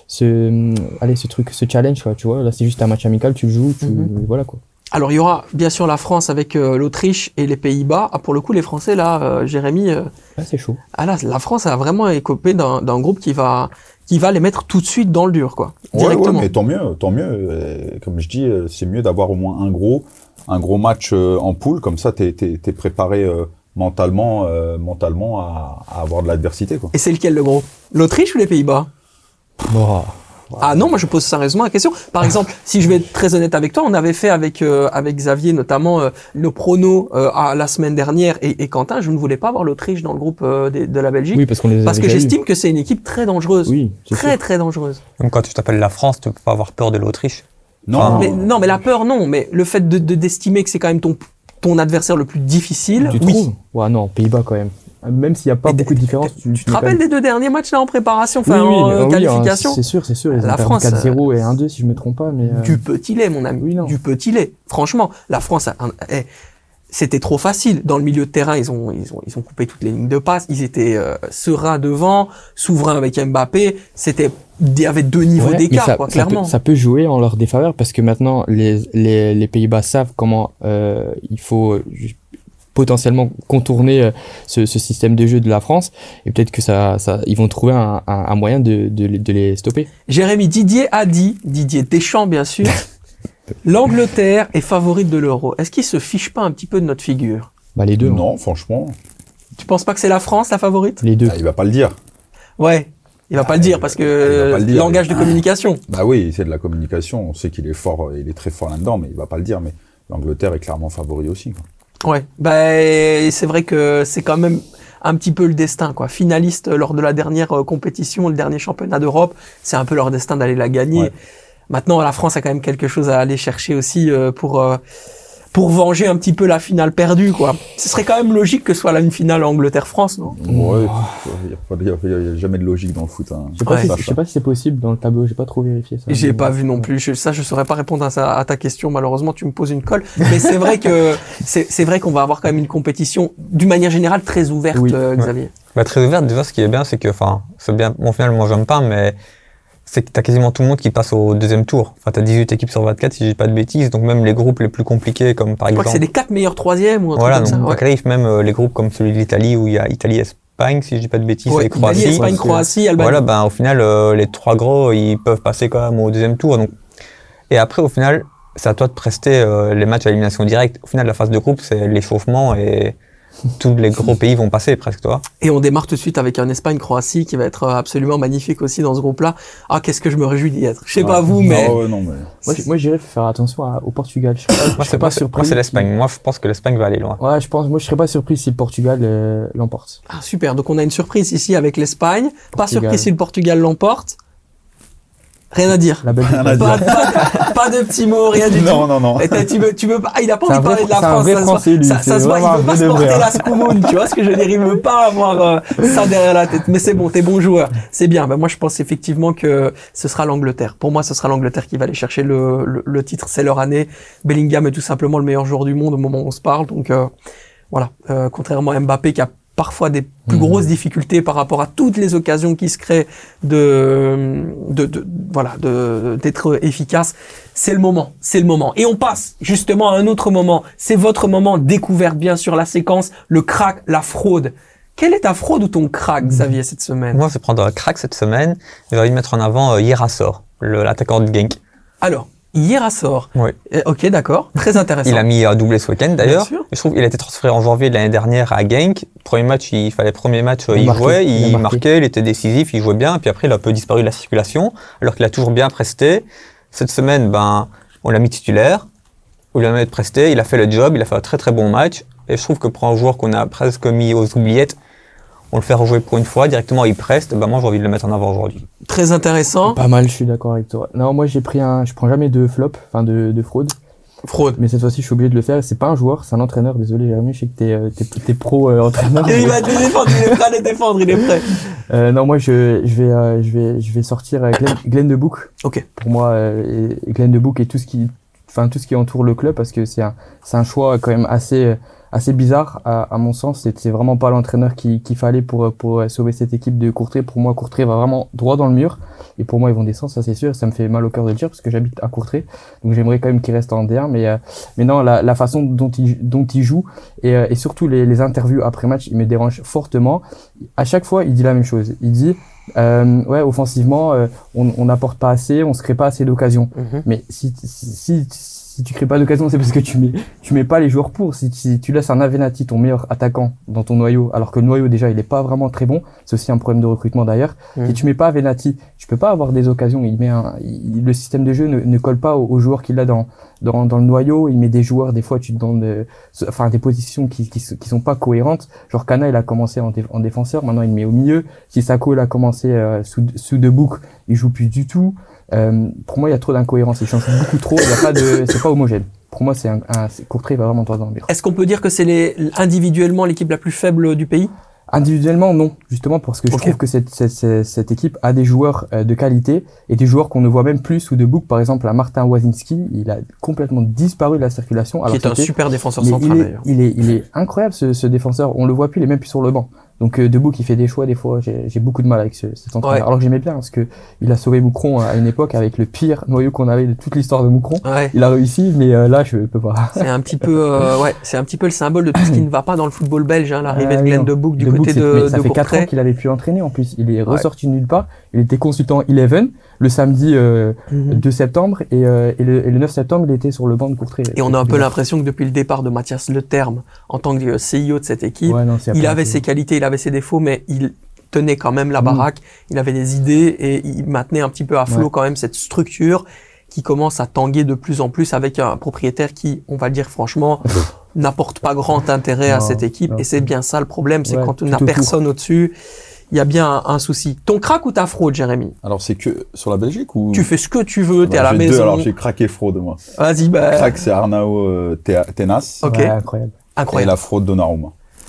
ce, allez, ce truc, ce challenge, quoi. Tu vois, là, c'est juste un match amical, tu le joues, tu, Mhm. voilà, quoi. Alors, il y aura bien sûr la France avec euh, l'Autriche et les Pays-Bas. Ah, pour le coup, les Français, là, euh, Jérémy, euh, Là, c'est chaud. ah là, la France a vraiment écopé d'un, d'un groupe qui va, qui va les mettre tout de suite dans le dur, quoi. Ouais, ouais, Directement. mais tant mieux, tant mieux. Euh, Comme je dis, euh, c'est mieux d'avoir au moins un gros, un gros match euh, en poule, comme ça, t'es, t'es, t'es préparé euh, mentalement, euh, mentalement à, à avoir de l'adversité, quoi. Et c'est lequel le gros? L'Autriche ou les Pays-Bas? Bon. Ah non, moi je pose sérieusement la question. Par exemple, si je vais être très honnête avec toi, on avait fait avec euh, avec Xavier notamment euh, nos pronos euh, à la semaine dernière et, et Quentin, je ne voulais pas avoir l'Autriche dans le groupe euh, des- de la Belgique Oui, parce qu'on les a parce que déjà j'estime que c'est une équipe très dangereuse, eus. Oui, c'est très sûr. très dangereuse. Donc quand tu t'appelles la France, tu peux pas avoir peur de l'Autriche. Non, Enfin, Mais, non, mais la peur, non. Mais le fait de, de d'estimer que c'est quand même ton, ton adversaire le plus difficile. Tu oui. trouves? Ouais, non, Pays-Bas quand même. Même s'il n'y a pas Mais beaucoup de différence. Tu, tu te rappelles des deux derniers matchs là en préparation, enfin oui, oui, en euh, oui, qualification? hein, c'est sûr, c'est sûr. Ils ont La perdu France, quatre zéro et un deux si je me trompe pas. Mais, euh... Du petit lait, mon ami. Oui, non. Du petit lait. Franchement, la France, a, eh, c'était trop facile. Dans le milieu de terrain, ils ont, ils ont, ils ont coupé toutes les lignes de passe. Ils étaient euh, sereins devant, souverains avec Mbappé. C'était, il y avait deux niveaux Ouais, d'écart, mais ça, quoi, ça clairement. Peut, ça peut jouer en leur défaveur parce que maintenant les les, les Pays-Bas savent comment euh, il faut euh, potentiellement contourner euh, ce, ce système de jeu de la France et peut-être que ça, ça ils vont trouver un, un, un moyen de, de, de les stopper. Jérémy, Didier a dit, Didier Deschamps bien sûr, l'Angleterre est favorite de l'Euro. Est-ce qu'il se fiche pas un petit peu de notre figure? Bah les deux. non, hein. franchement, Tu penses pas que c'est la France la favorite? Les deux. ah, il va pas le dire. Ouais. Il va Ah, pas le dire il parce va- il que va pas le dire. langage de communication. Bah oui, c'est de la communication. On sait qu'il est fort, il est très fort là-dedans, mais il va pas le dire. Mais l'Angleterre est clairement favori aussi, quoi. Ouais, bah c'est vrai que c'est quand même un petit peu le destin, quoi. Finaliste lors de la dernière euh, compétition, le dernier championnat d'Europe, c'est un peu leur destin d'aller la gagner. Ouais. Maintenant, la France a quand même quelque chose à aller chercher aussi euh, pour euh, pour venger un petit peu la finale perdue, quoi. Ce serait quand même logique que ce soit là une finale Angleterre-France, non? Ouais, il y a pas- il y a, il y a jamais de logique dans le foot. Hein. Je sais pas, Ouais. si, Ça, je ça. sais pas si c'est possible dans le tableau. J'ai pas trop vérifié ça. J'ai Mais pas bon. vu non plus. Je, ça, je saurais pas répondre à, ça, à ta question. Malheureusement, tu me poses une colle. Mais c'est vrai que c'est c'est vrai qu'on va avoir quand même une compétition d'une manière générale très ouverte, Oui. euh, Xavier. Bah, très ouverte, déjà, ce qui est bien, c'est que, enfin, c'est bien, bon, au final, moi, j'aime pas, mais c'est que t'as quasiment tout le monde qui passe au deuxième tour. Enfin, t'as dix-huit équipes sur vingt-quatre, si je dis pas de bêtises, donc même les groupes les plus compliqués, comme par Je crois que c'est exemple. les quatre meilleurs troisièmes ou un Voilà, truc donc, comme ça. ça arrive même euh, les groupes comme celui de l'Italie, où il y a Italie-Espagne, si je dis pas de bêtises, Ouais, et Croatie. Italie, Espagne, Ouais, Croatie, Albanie. Voilà, ben, au final, euh, les trois gros, ils peuvent passer quand même au deuxième tour. Donc. Et après, au final, c'est à toi de prester euh, les matchs à élimination directe. Au final, la phase de groupe, c'est l'échauffement et tous les gros pays vont passer presque, toi. Et on démarre tout de suite avec un Espagne-Croatie qui va être absolument magnifique aussi dans ce groupe-là. Ah, qu'est-ce que je me réjouis d'y être. Je sais pas vous, mais... Ah ouais, non, mais... Moi, j'- moi j'irais faire attention à- au Portugal. Je serais pas, je Moi, serais c'est pas moi, c'est- surpris. moi, c'est si- l'Espagne. Moi, je pense que l'Espagne va aller loin. Ouais, je pense. Moi, je serais pas surpris si le Portugal euh, l'emporte. Ah, super, donc on a une surprise ici avec l'Espagne. Pas Portugal. surpris si le Portugal l'emporte. Rien à dire. La Belgique. Rien à Pas, pas- pas de petits mots, rien du tout. Non, non, non. Et t'as- tu veux, tu veux pas, ah, il a pas C'est envie de un parler vrai- de la c'est un France. vrai ça se voit- Français, lui. Ça, ça C'est se voit, il vraiment veut un pas vrai se de porter vrai, la hein. scoumoune, tu vois ce que je veux dire, il veut pas avoir euh, ça derrière la tête. Mais c'est bon, t'es bon joueur. C'est bien. Ben, moi, je pense effectivement que ce sera l'Angleterre. Pour moi, ce sera l'Angleterre qui va aller chercher le, le, le titre. C'est leur année. Bellingham est tout simplement le meilleur joueur du monde au moment où on se parle. Donc, euh, voilà. Euh, contrairement à Mbappé qui a parfois des plus Mhm. grosses difficultés par rapport à toutes les occasions qui se créent de, de, de voilà, de, d'être efficace. C'est le moment, c'est le moment. Et on passe justement à un autre moment. C'est votre moment découverte, bien sûr, la séquence, le crack, la fraude. Quelle est ta fraude ou ton crack, Xavier, cette semaine? Moi, je vais prendre un crack cette semaine. J'ai envie de mettre en avant euh, Yerasor, le- l'attaquant de Genk. Alors, hier à sort. Oui. Euh, ok, d'accord. Très intéressant. Il a mis un doublé ce week-end Bien d'ailleurs. sûr. Je trouve qu'il a été transféré en janvier de l'année dernière à Genk. Premier match, il fallait premier match, Il a il marqué, jouait, il a il, marqué. marquait, il était décisif, il jouait bien. Puis après, il a un peu disparu de la circulation, alors qu'il a toujours bien presté. Cette semaine, ben, on l'a mis titulaire. On lui a mis de presté. Il a fait le job. Il a fait un très très bon match. Et je trouve que pour un joueur qu'on a presque mis aux oubliettes, on le fait rejouer pour une fois directement. Il preste. Ben moi, j'ai envie de le mettre en avant aujourd'hui. Très intéressant. Pas mal, je suis d'accord avec toi. Non, moi j'ai pris un, je prends jamais de flop, enfin de, de fraude, Fraude. mais cette fois-ci je suis obligé de le faire. C'est pas un joueur, c'est un entraîneur. Désolé Jérémy, je sais que t'es, euh, t'es, t'es pro euh, entraîneur. Et il va te défendre, il est prêt à les défendre, il est prêt. Euh, non, moi je, je vais, euh, je vais, je vais sortir euh, Glenn, Glenn de Book. Ok. Pour moi, euh, et, et Glenn de Book et tout ce qui, enfin tout ce qui entoure le club, parce que c'est un, c'est un choix quand même assez, euh, assez bizarre à, à mon sens. C'est, c'est vraiment pas l'entraîneur qui, qu'il fallait pour, pour sauver cette équipe de Courtrai. Pour moi, Courtrai va vraiment droit dans le mur. Et pour moi, ils vont descendre, ça c'est sûr. Ça me fait mal au cœur de le dire parce que j'habite à Courtrai. Donc j'aimerais quand même qu'il reste en D un. Mais, euh, mais non, la, la façon dont il, dont il joue et, euh, et surtout les, les interviews après match, il me dérange fortement. À chaque fois, il dit la même chose. Il dit, euh, ouais, offensivement, euh, on on n'apporte pas assez, on se crée pas assez d'occasions. Mhm. Mais si, si, si, si tu crées pas d'occasion, c'est parce que tu mets, tu mets pas les joueurs pour. Si, si tu laisses un Avenatti, ton meilleur attaquant, dans ton noyau, alors que le noyau déjà il est pas vraiment très bon, c'est aussi un problème de recrutement d'ailleurs. Mhm. Si tu mets pas Avenatti, tu peux pas avoir des occasions. Il met un, il- le système de jeu ne, ne colle pas aux, aux joueurs qu'il a dans, dans, dans le noyau. Il met des joueurs, des fois tu te donnes, euh, enfin des positions qui, qui, qui sont pas cohérentes. Genre Kana il a commencé en, dé- en défenseur, maintenant il met au milieu. Sissako il a commencé euh, sous, sous De Book, il joue plus du tout. Euh, pour moi, il y a trop d'incohérences. Il change beaucoup trop. Il y a pas de, c'est pas homogène. Pour moi, c'est un, un c'est- Courtrai va vraiment droit dans le mur. Est-ce qu'on peut dire que c'est les, individuellement l'équipe la plus faible du pays? Individuellement, non. Justement, parce que je Ok. trouve que cette, cette, cette, cette équipe a des joueurs euh, de qualité et des joueurs qu'on ne voit même plus sous de bouc. Par exemple, un Martin Wazinski, il a complètement disparu de la circulation. Qui alors est un c'était- super défenseur mais central il, est, d'ailleurs. il, est, il est incroyable ce, ce défenseur. On le voit plus, il est même plus sur le banc. Donc euh, Debout qui fait des choix des fois, j'ai j'ai beaucoup de mal avec ce, cet entraîneur. Ouais. Alors que j'aimais bien parce que il a sauvé Moucron à une époque avec le pire noyau qu'on avait de toute l'histoire de Moucron. Ouais. Il a réussi, mais euh, là je peux pas. C'est un petit peu, euh, ouais, c'est un petit peu le symbole de tout ce qui ne va pas dans le football belge, hein, l'arrivée Ah de oui, Glenn non. de Bouk du Debout, côté c'est- de, mais de ça fait quatre ans Courtrai. qu'il avait pu entraîner en plus. Il est ressorti de nulle part. Il était consultant eleven le samedi euh, Mhm. deux septembre et, euh, et, le, et le neuf septembre il était sur le banc de Courtrai. Et on a un peu l'impression que depuis le départ de Mathias Le Terme, en tant que C E O de cette équipe, Ouais, non, c'est il après avait un peu- ses qualités, il avait ses défauts, mais il tenait quand même la Mm. baraque, il avait des idées et il maintenait un petit peu à flot Ouais. quand même cette structure qui commence à tanguer de plus en plus avec un propriétaire qui, on va le dire franchement, n'apporte pas grand intérêt à Non, cette équipe. non. Et c'est bien ça le problème, c'est Ouais, quand on tout n'a autour. personne au-dessus, il y a bien un, un souci. Ton crack ou ta fraude, Jérémy? Alors c'est que sur la Belgique ou Tu fais ce que tu veux, t'es Bah, à la j'ai deux, maison. alors j'ai craqué fraude moi. Vas-y, bah, Crack c'est Arnao euh, Te- Tenas Ok. Ouais, incroyable. et incroyable. la fraude Donnarumma.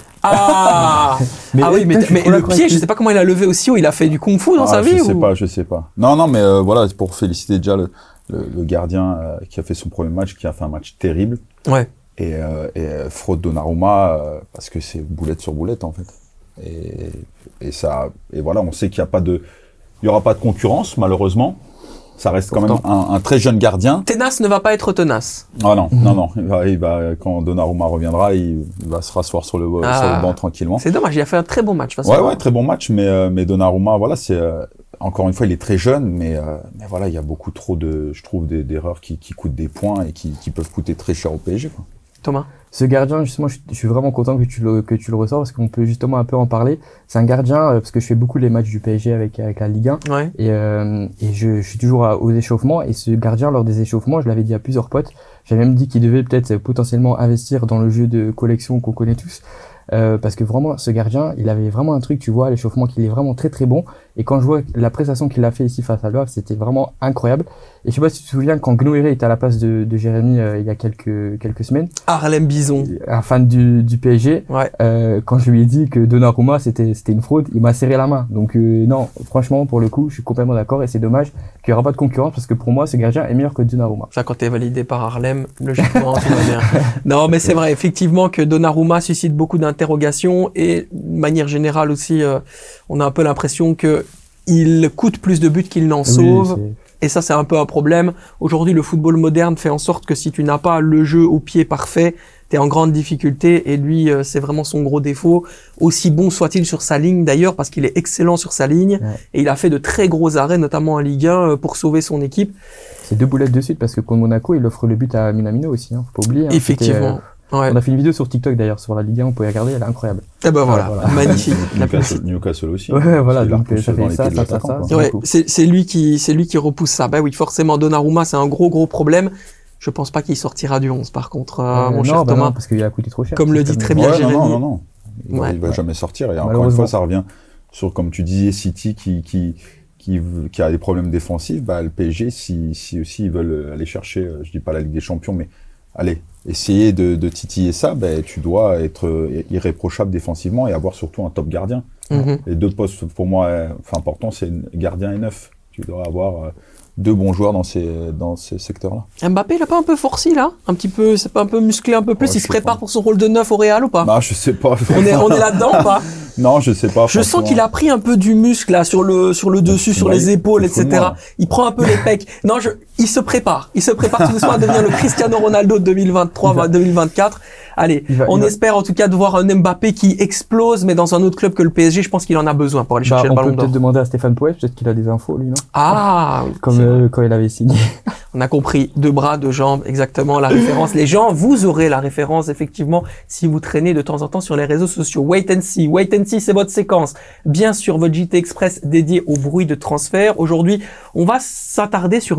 Ah, Mais ah oui, mais, putain, je suis mais trop le d'accord pied, avec je lui. sais pas comment il a levé aussi haut. Il a fait du kung-fu dans Ah, sa je vie sais ou... pas, je sais pas. Non, non, mais euh, voilà, c'est pour féliciter déjà le, le, le gardien euh, qui a fait son premier match, qui a fait un match terrible. Ouais. Et, euh, et euh, fraude Donnarumma, euh, parce que c'est boulette sur boulette en fait. Et, et ça, et voilà, on sait qu'il y a pas de, il y aura pas de concurrence malheureusement. Ça reste quand Pourtant. même un, un très jeune gardien. Tenace ne va pas être tenace. Ah non, non, non. Il va, il va, quand Donnarumma reviendra, il, il va se rasseoir sur le, Ah. sur le banc tranquillement. C'est dommage, il a fait un très bon match. de toute façon. Ouais, ouais, très bon match, mais, euh, mais Donnarumma, voilà, c'est, euh, encore une fois, il est très jeune, mais, euh, mais voilà, il y a beaucoup trop de, je trouve, des- d'erreurs qui, qui coûtent des points et qui, qui peuvent coûter très cher au P S G, quoi. Thomas. Ce gardien, justement, je, je suis vraiment content que tu le, que tu le ressors parce qu'on peut justement un peu en parler. C'est un gardien, euh, parce que je fais beaucoup les matchs du P S G avec, avec la Ligue un. Ouais. Et, euh, et je, je suis toujours à- aux échauffements. Et ce gardien, lors des échauffements, je l'avais dit à plusieurs potes, j'avais même dit qu'il devait peut-être euh, potentiellement investir dans le jeu de collection qu'on connaît tous. Euh, parce que vraiment, ce gardien, il avait vraiment un truc, tu vois, à l'échauffement, qu'il est vraiment très très bon. Et quand je vois la prestation qu'il a fait ici face à l'O A F, c'était vraiment incroyable. Et je sais pas si tu te souviens, quand Gnoéré était à la place de, de Jérémy euh, il y a quelques, quelques semaines, Harlem Bison. un fan du, du P S G, Ouais. euh, quand je lui ai dit que Donnarumma c'était c'était une fraude, il m'a serré la main. Donc euh, non, franchement pour le coup, je suis complètement d'accord et c'est dommage qu'il n'y aura pas de concurrence parce que pour moi ce gardien est meilleur que Donnarumma. Ça, quand t'es validé par Harlem, logiquement, tout va bien. Non, mais c'est vrai, effectivement, que Donnarumma suscite beaucoup d'interrogations et, de manière générale aussi, euh, on a un peu l'impression que il coûte plus de buts qu'il n'en sauve. Oui, Et ça, c'est un peu un problème. Aujourd'hui, le football moderne fait en sorte que si tu n'as pas le jeu au pied parfait, t'es en grande difficulté. Et lui, euh, c'est vraiment son gros défaut. Aussi bon soit-il sur sa ligne, d'ailleurs, parce qu'il est excellent sur sa ligne. Ouais. Et il a fait de très gros arrêts, notamment en Ligue un, euh, pour sauver son équipe. c'est deux boulettes de suite parce que contre Monaco, il offre le but à Minamino aussi, hein, faut pas oublier. Hein, Effectivement. C'était, euh, Ouais. On a fait une vidéo sur TikTok d'ailleurs sur la Ligue un, vous pouvez regarder, elle est incroyable. Et ben voilà, voilà. magnifique. La Newcastle, publicité. Newcastle aussi. Ouais, voilà, Parce qu'il a donc, repoussé ça fait dans les ça, pieds de ça, ça, l'attaquant, ça. quoi. Ouais, beaucoup. c'est c'est lui qui c'est lui qui repousse ça. Ben oui, forcément Donnarumma, c'est un gros gros problème. Je pense pas qu'il sortira du onze par contre, euh, Euh, mon non, cher bah Thomas. non, parce qu'il a coûté trop cher. Comme le C'est dit comme- très bien Ouais, non, Jérémy. non, non, non. Il, Ouais. il va jamais sortir. Et encore une Malheureusement. fois, ça revient sur, comme tu disais, City qui, qui, qui, qui a des problèmes défensifs. Bah, le P S G, si, si aussi ils veulent aller chercher, euh, je dis pas la Ligue des Champions, mais allez, essayer de, de titiller ça, bah, tu dois être euh, irréprochable défensivement et avoir surtout un top gardien. Mhm. Les deux postes, pour moi, euh, enfin, importants, c'est gardien et neuf. Tu dois avoir euh, deux bons joueurs dans ces, dans ces secteurs-là. Mbappé, il a pas un peu forci là, un petit peu, c'est pas un peu musclé un peu plus. Ouais, il je se sais prépare pas. pour son rôle de neuf au Real ou pas? Non, je sais pas. On est on est là-dedans ou pas? Non, je sais pas. Je sens franchement. qu'il a pris un peu du muscle là sur le sur le dessus, tu sur vois, les il- épaules, il faut et cetera. moi. Il prend un peu les pecs. Non, je, il se prépare. Il se prépare tout doucement à devenir le Cristiano Ronaldo de deux mille vingt-trois deux mille vingt-quatre. Allez, Il va- on il va- espère en tout cas de voir un Mbappé qui explose, mais dans un autre club que le P S G. Je pense qu'il en a besoin pour aller Bah, chercher on le peut ballon d'or. peut-être demander à Stéphane Poet, peut-être qu'il a des infos lui, non? Ah, oui, Comme c'est vrai. euh, quand il avait signé. On a compris, deux bras, deux jambes, exactement la référence. Les gens, vous aurez la référence effectivement si vous traînez de temps en temps sur les réseaux sociaux. Wait and see, wait and see, c'est votre séquence. Bien sûr, votre J T Express dédié au bruit de transfert. Aujourd'hui, on va s'attarder sur une pépite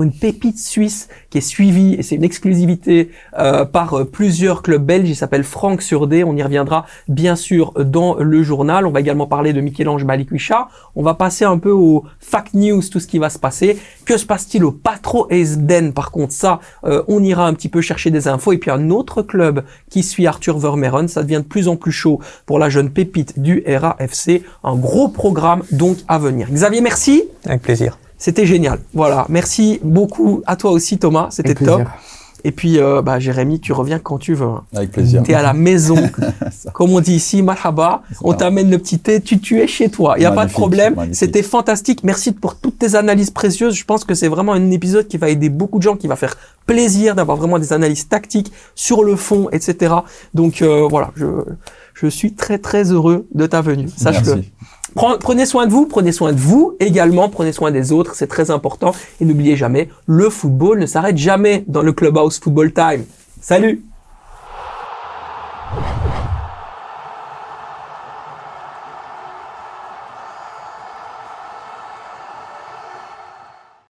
pépite suisse qui est suivi, et c'est une exclusivité euh, par euh, plusieurs clubs belges. Il s'appelle Franck Surdé. On y reviendra bien sûr dans le journal. On va également parler de Michel-Ange Balikwisha. On va passer un peu aux fact news, tout ce qui va se passer. Que se passe-t-il au Patro Esden? Par contre, ça, euh, on ira un petit peu chercher des infos. Et puis un autre club qui suit Arthur Vermeeren. Ça devient de plus en plus chaud pour la jeune pépite du R A F C. Un gros programme donc à venir. Xavier, merci. Avec plaisir. C'était génial. Voilà. Merci beaucoup à toi aussi, Thomas. C'était top. Et puis, euh, bah, Jérémy, tu reviens quand tu veux. Avec plaisir. Tu es à la maison. Comme on dit ici, marhaba. On t'amène le petit thé. Tu, tu es chez toi. Il n'y a pas de problème. C'était fantastique. Merci pour toutes tes analyses précieuses. Je pense que c'est vraiment un épisode qui va aider beaucoup de gens, qui va faire plaisir d'avoir vraiment des analyses tactiques sur le fond, et cetera. Donc, euh, voilà. Je, je suis très, très heureux de ta venue. Sache-le. Prenez soin de vous, prenez soin de vous également, prenez soin des autres, c'est très important. Et n'oubliez jamais, le football ne s'arrête jamais dans le Clubhouse Football Time. Salut!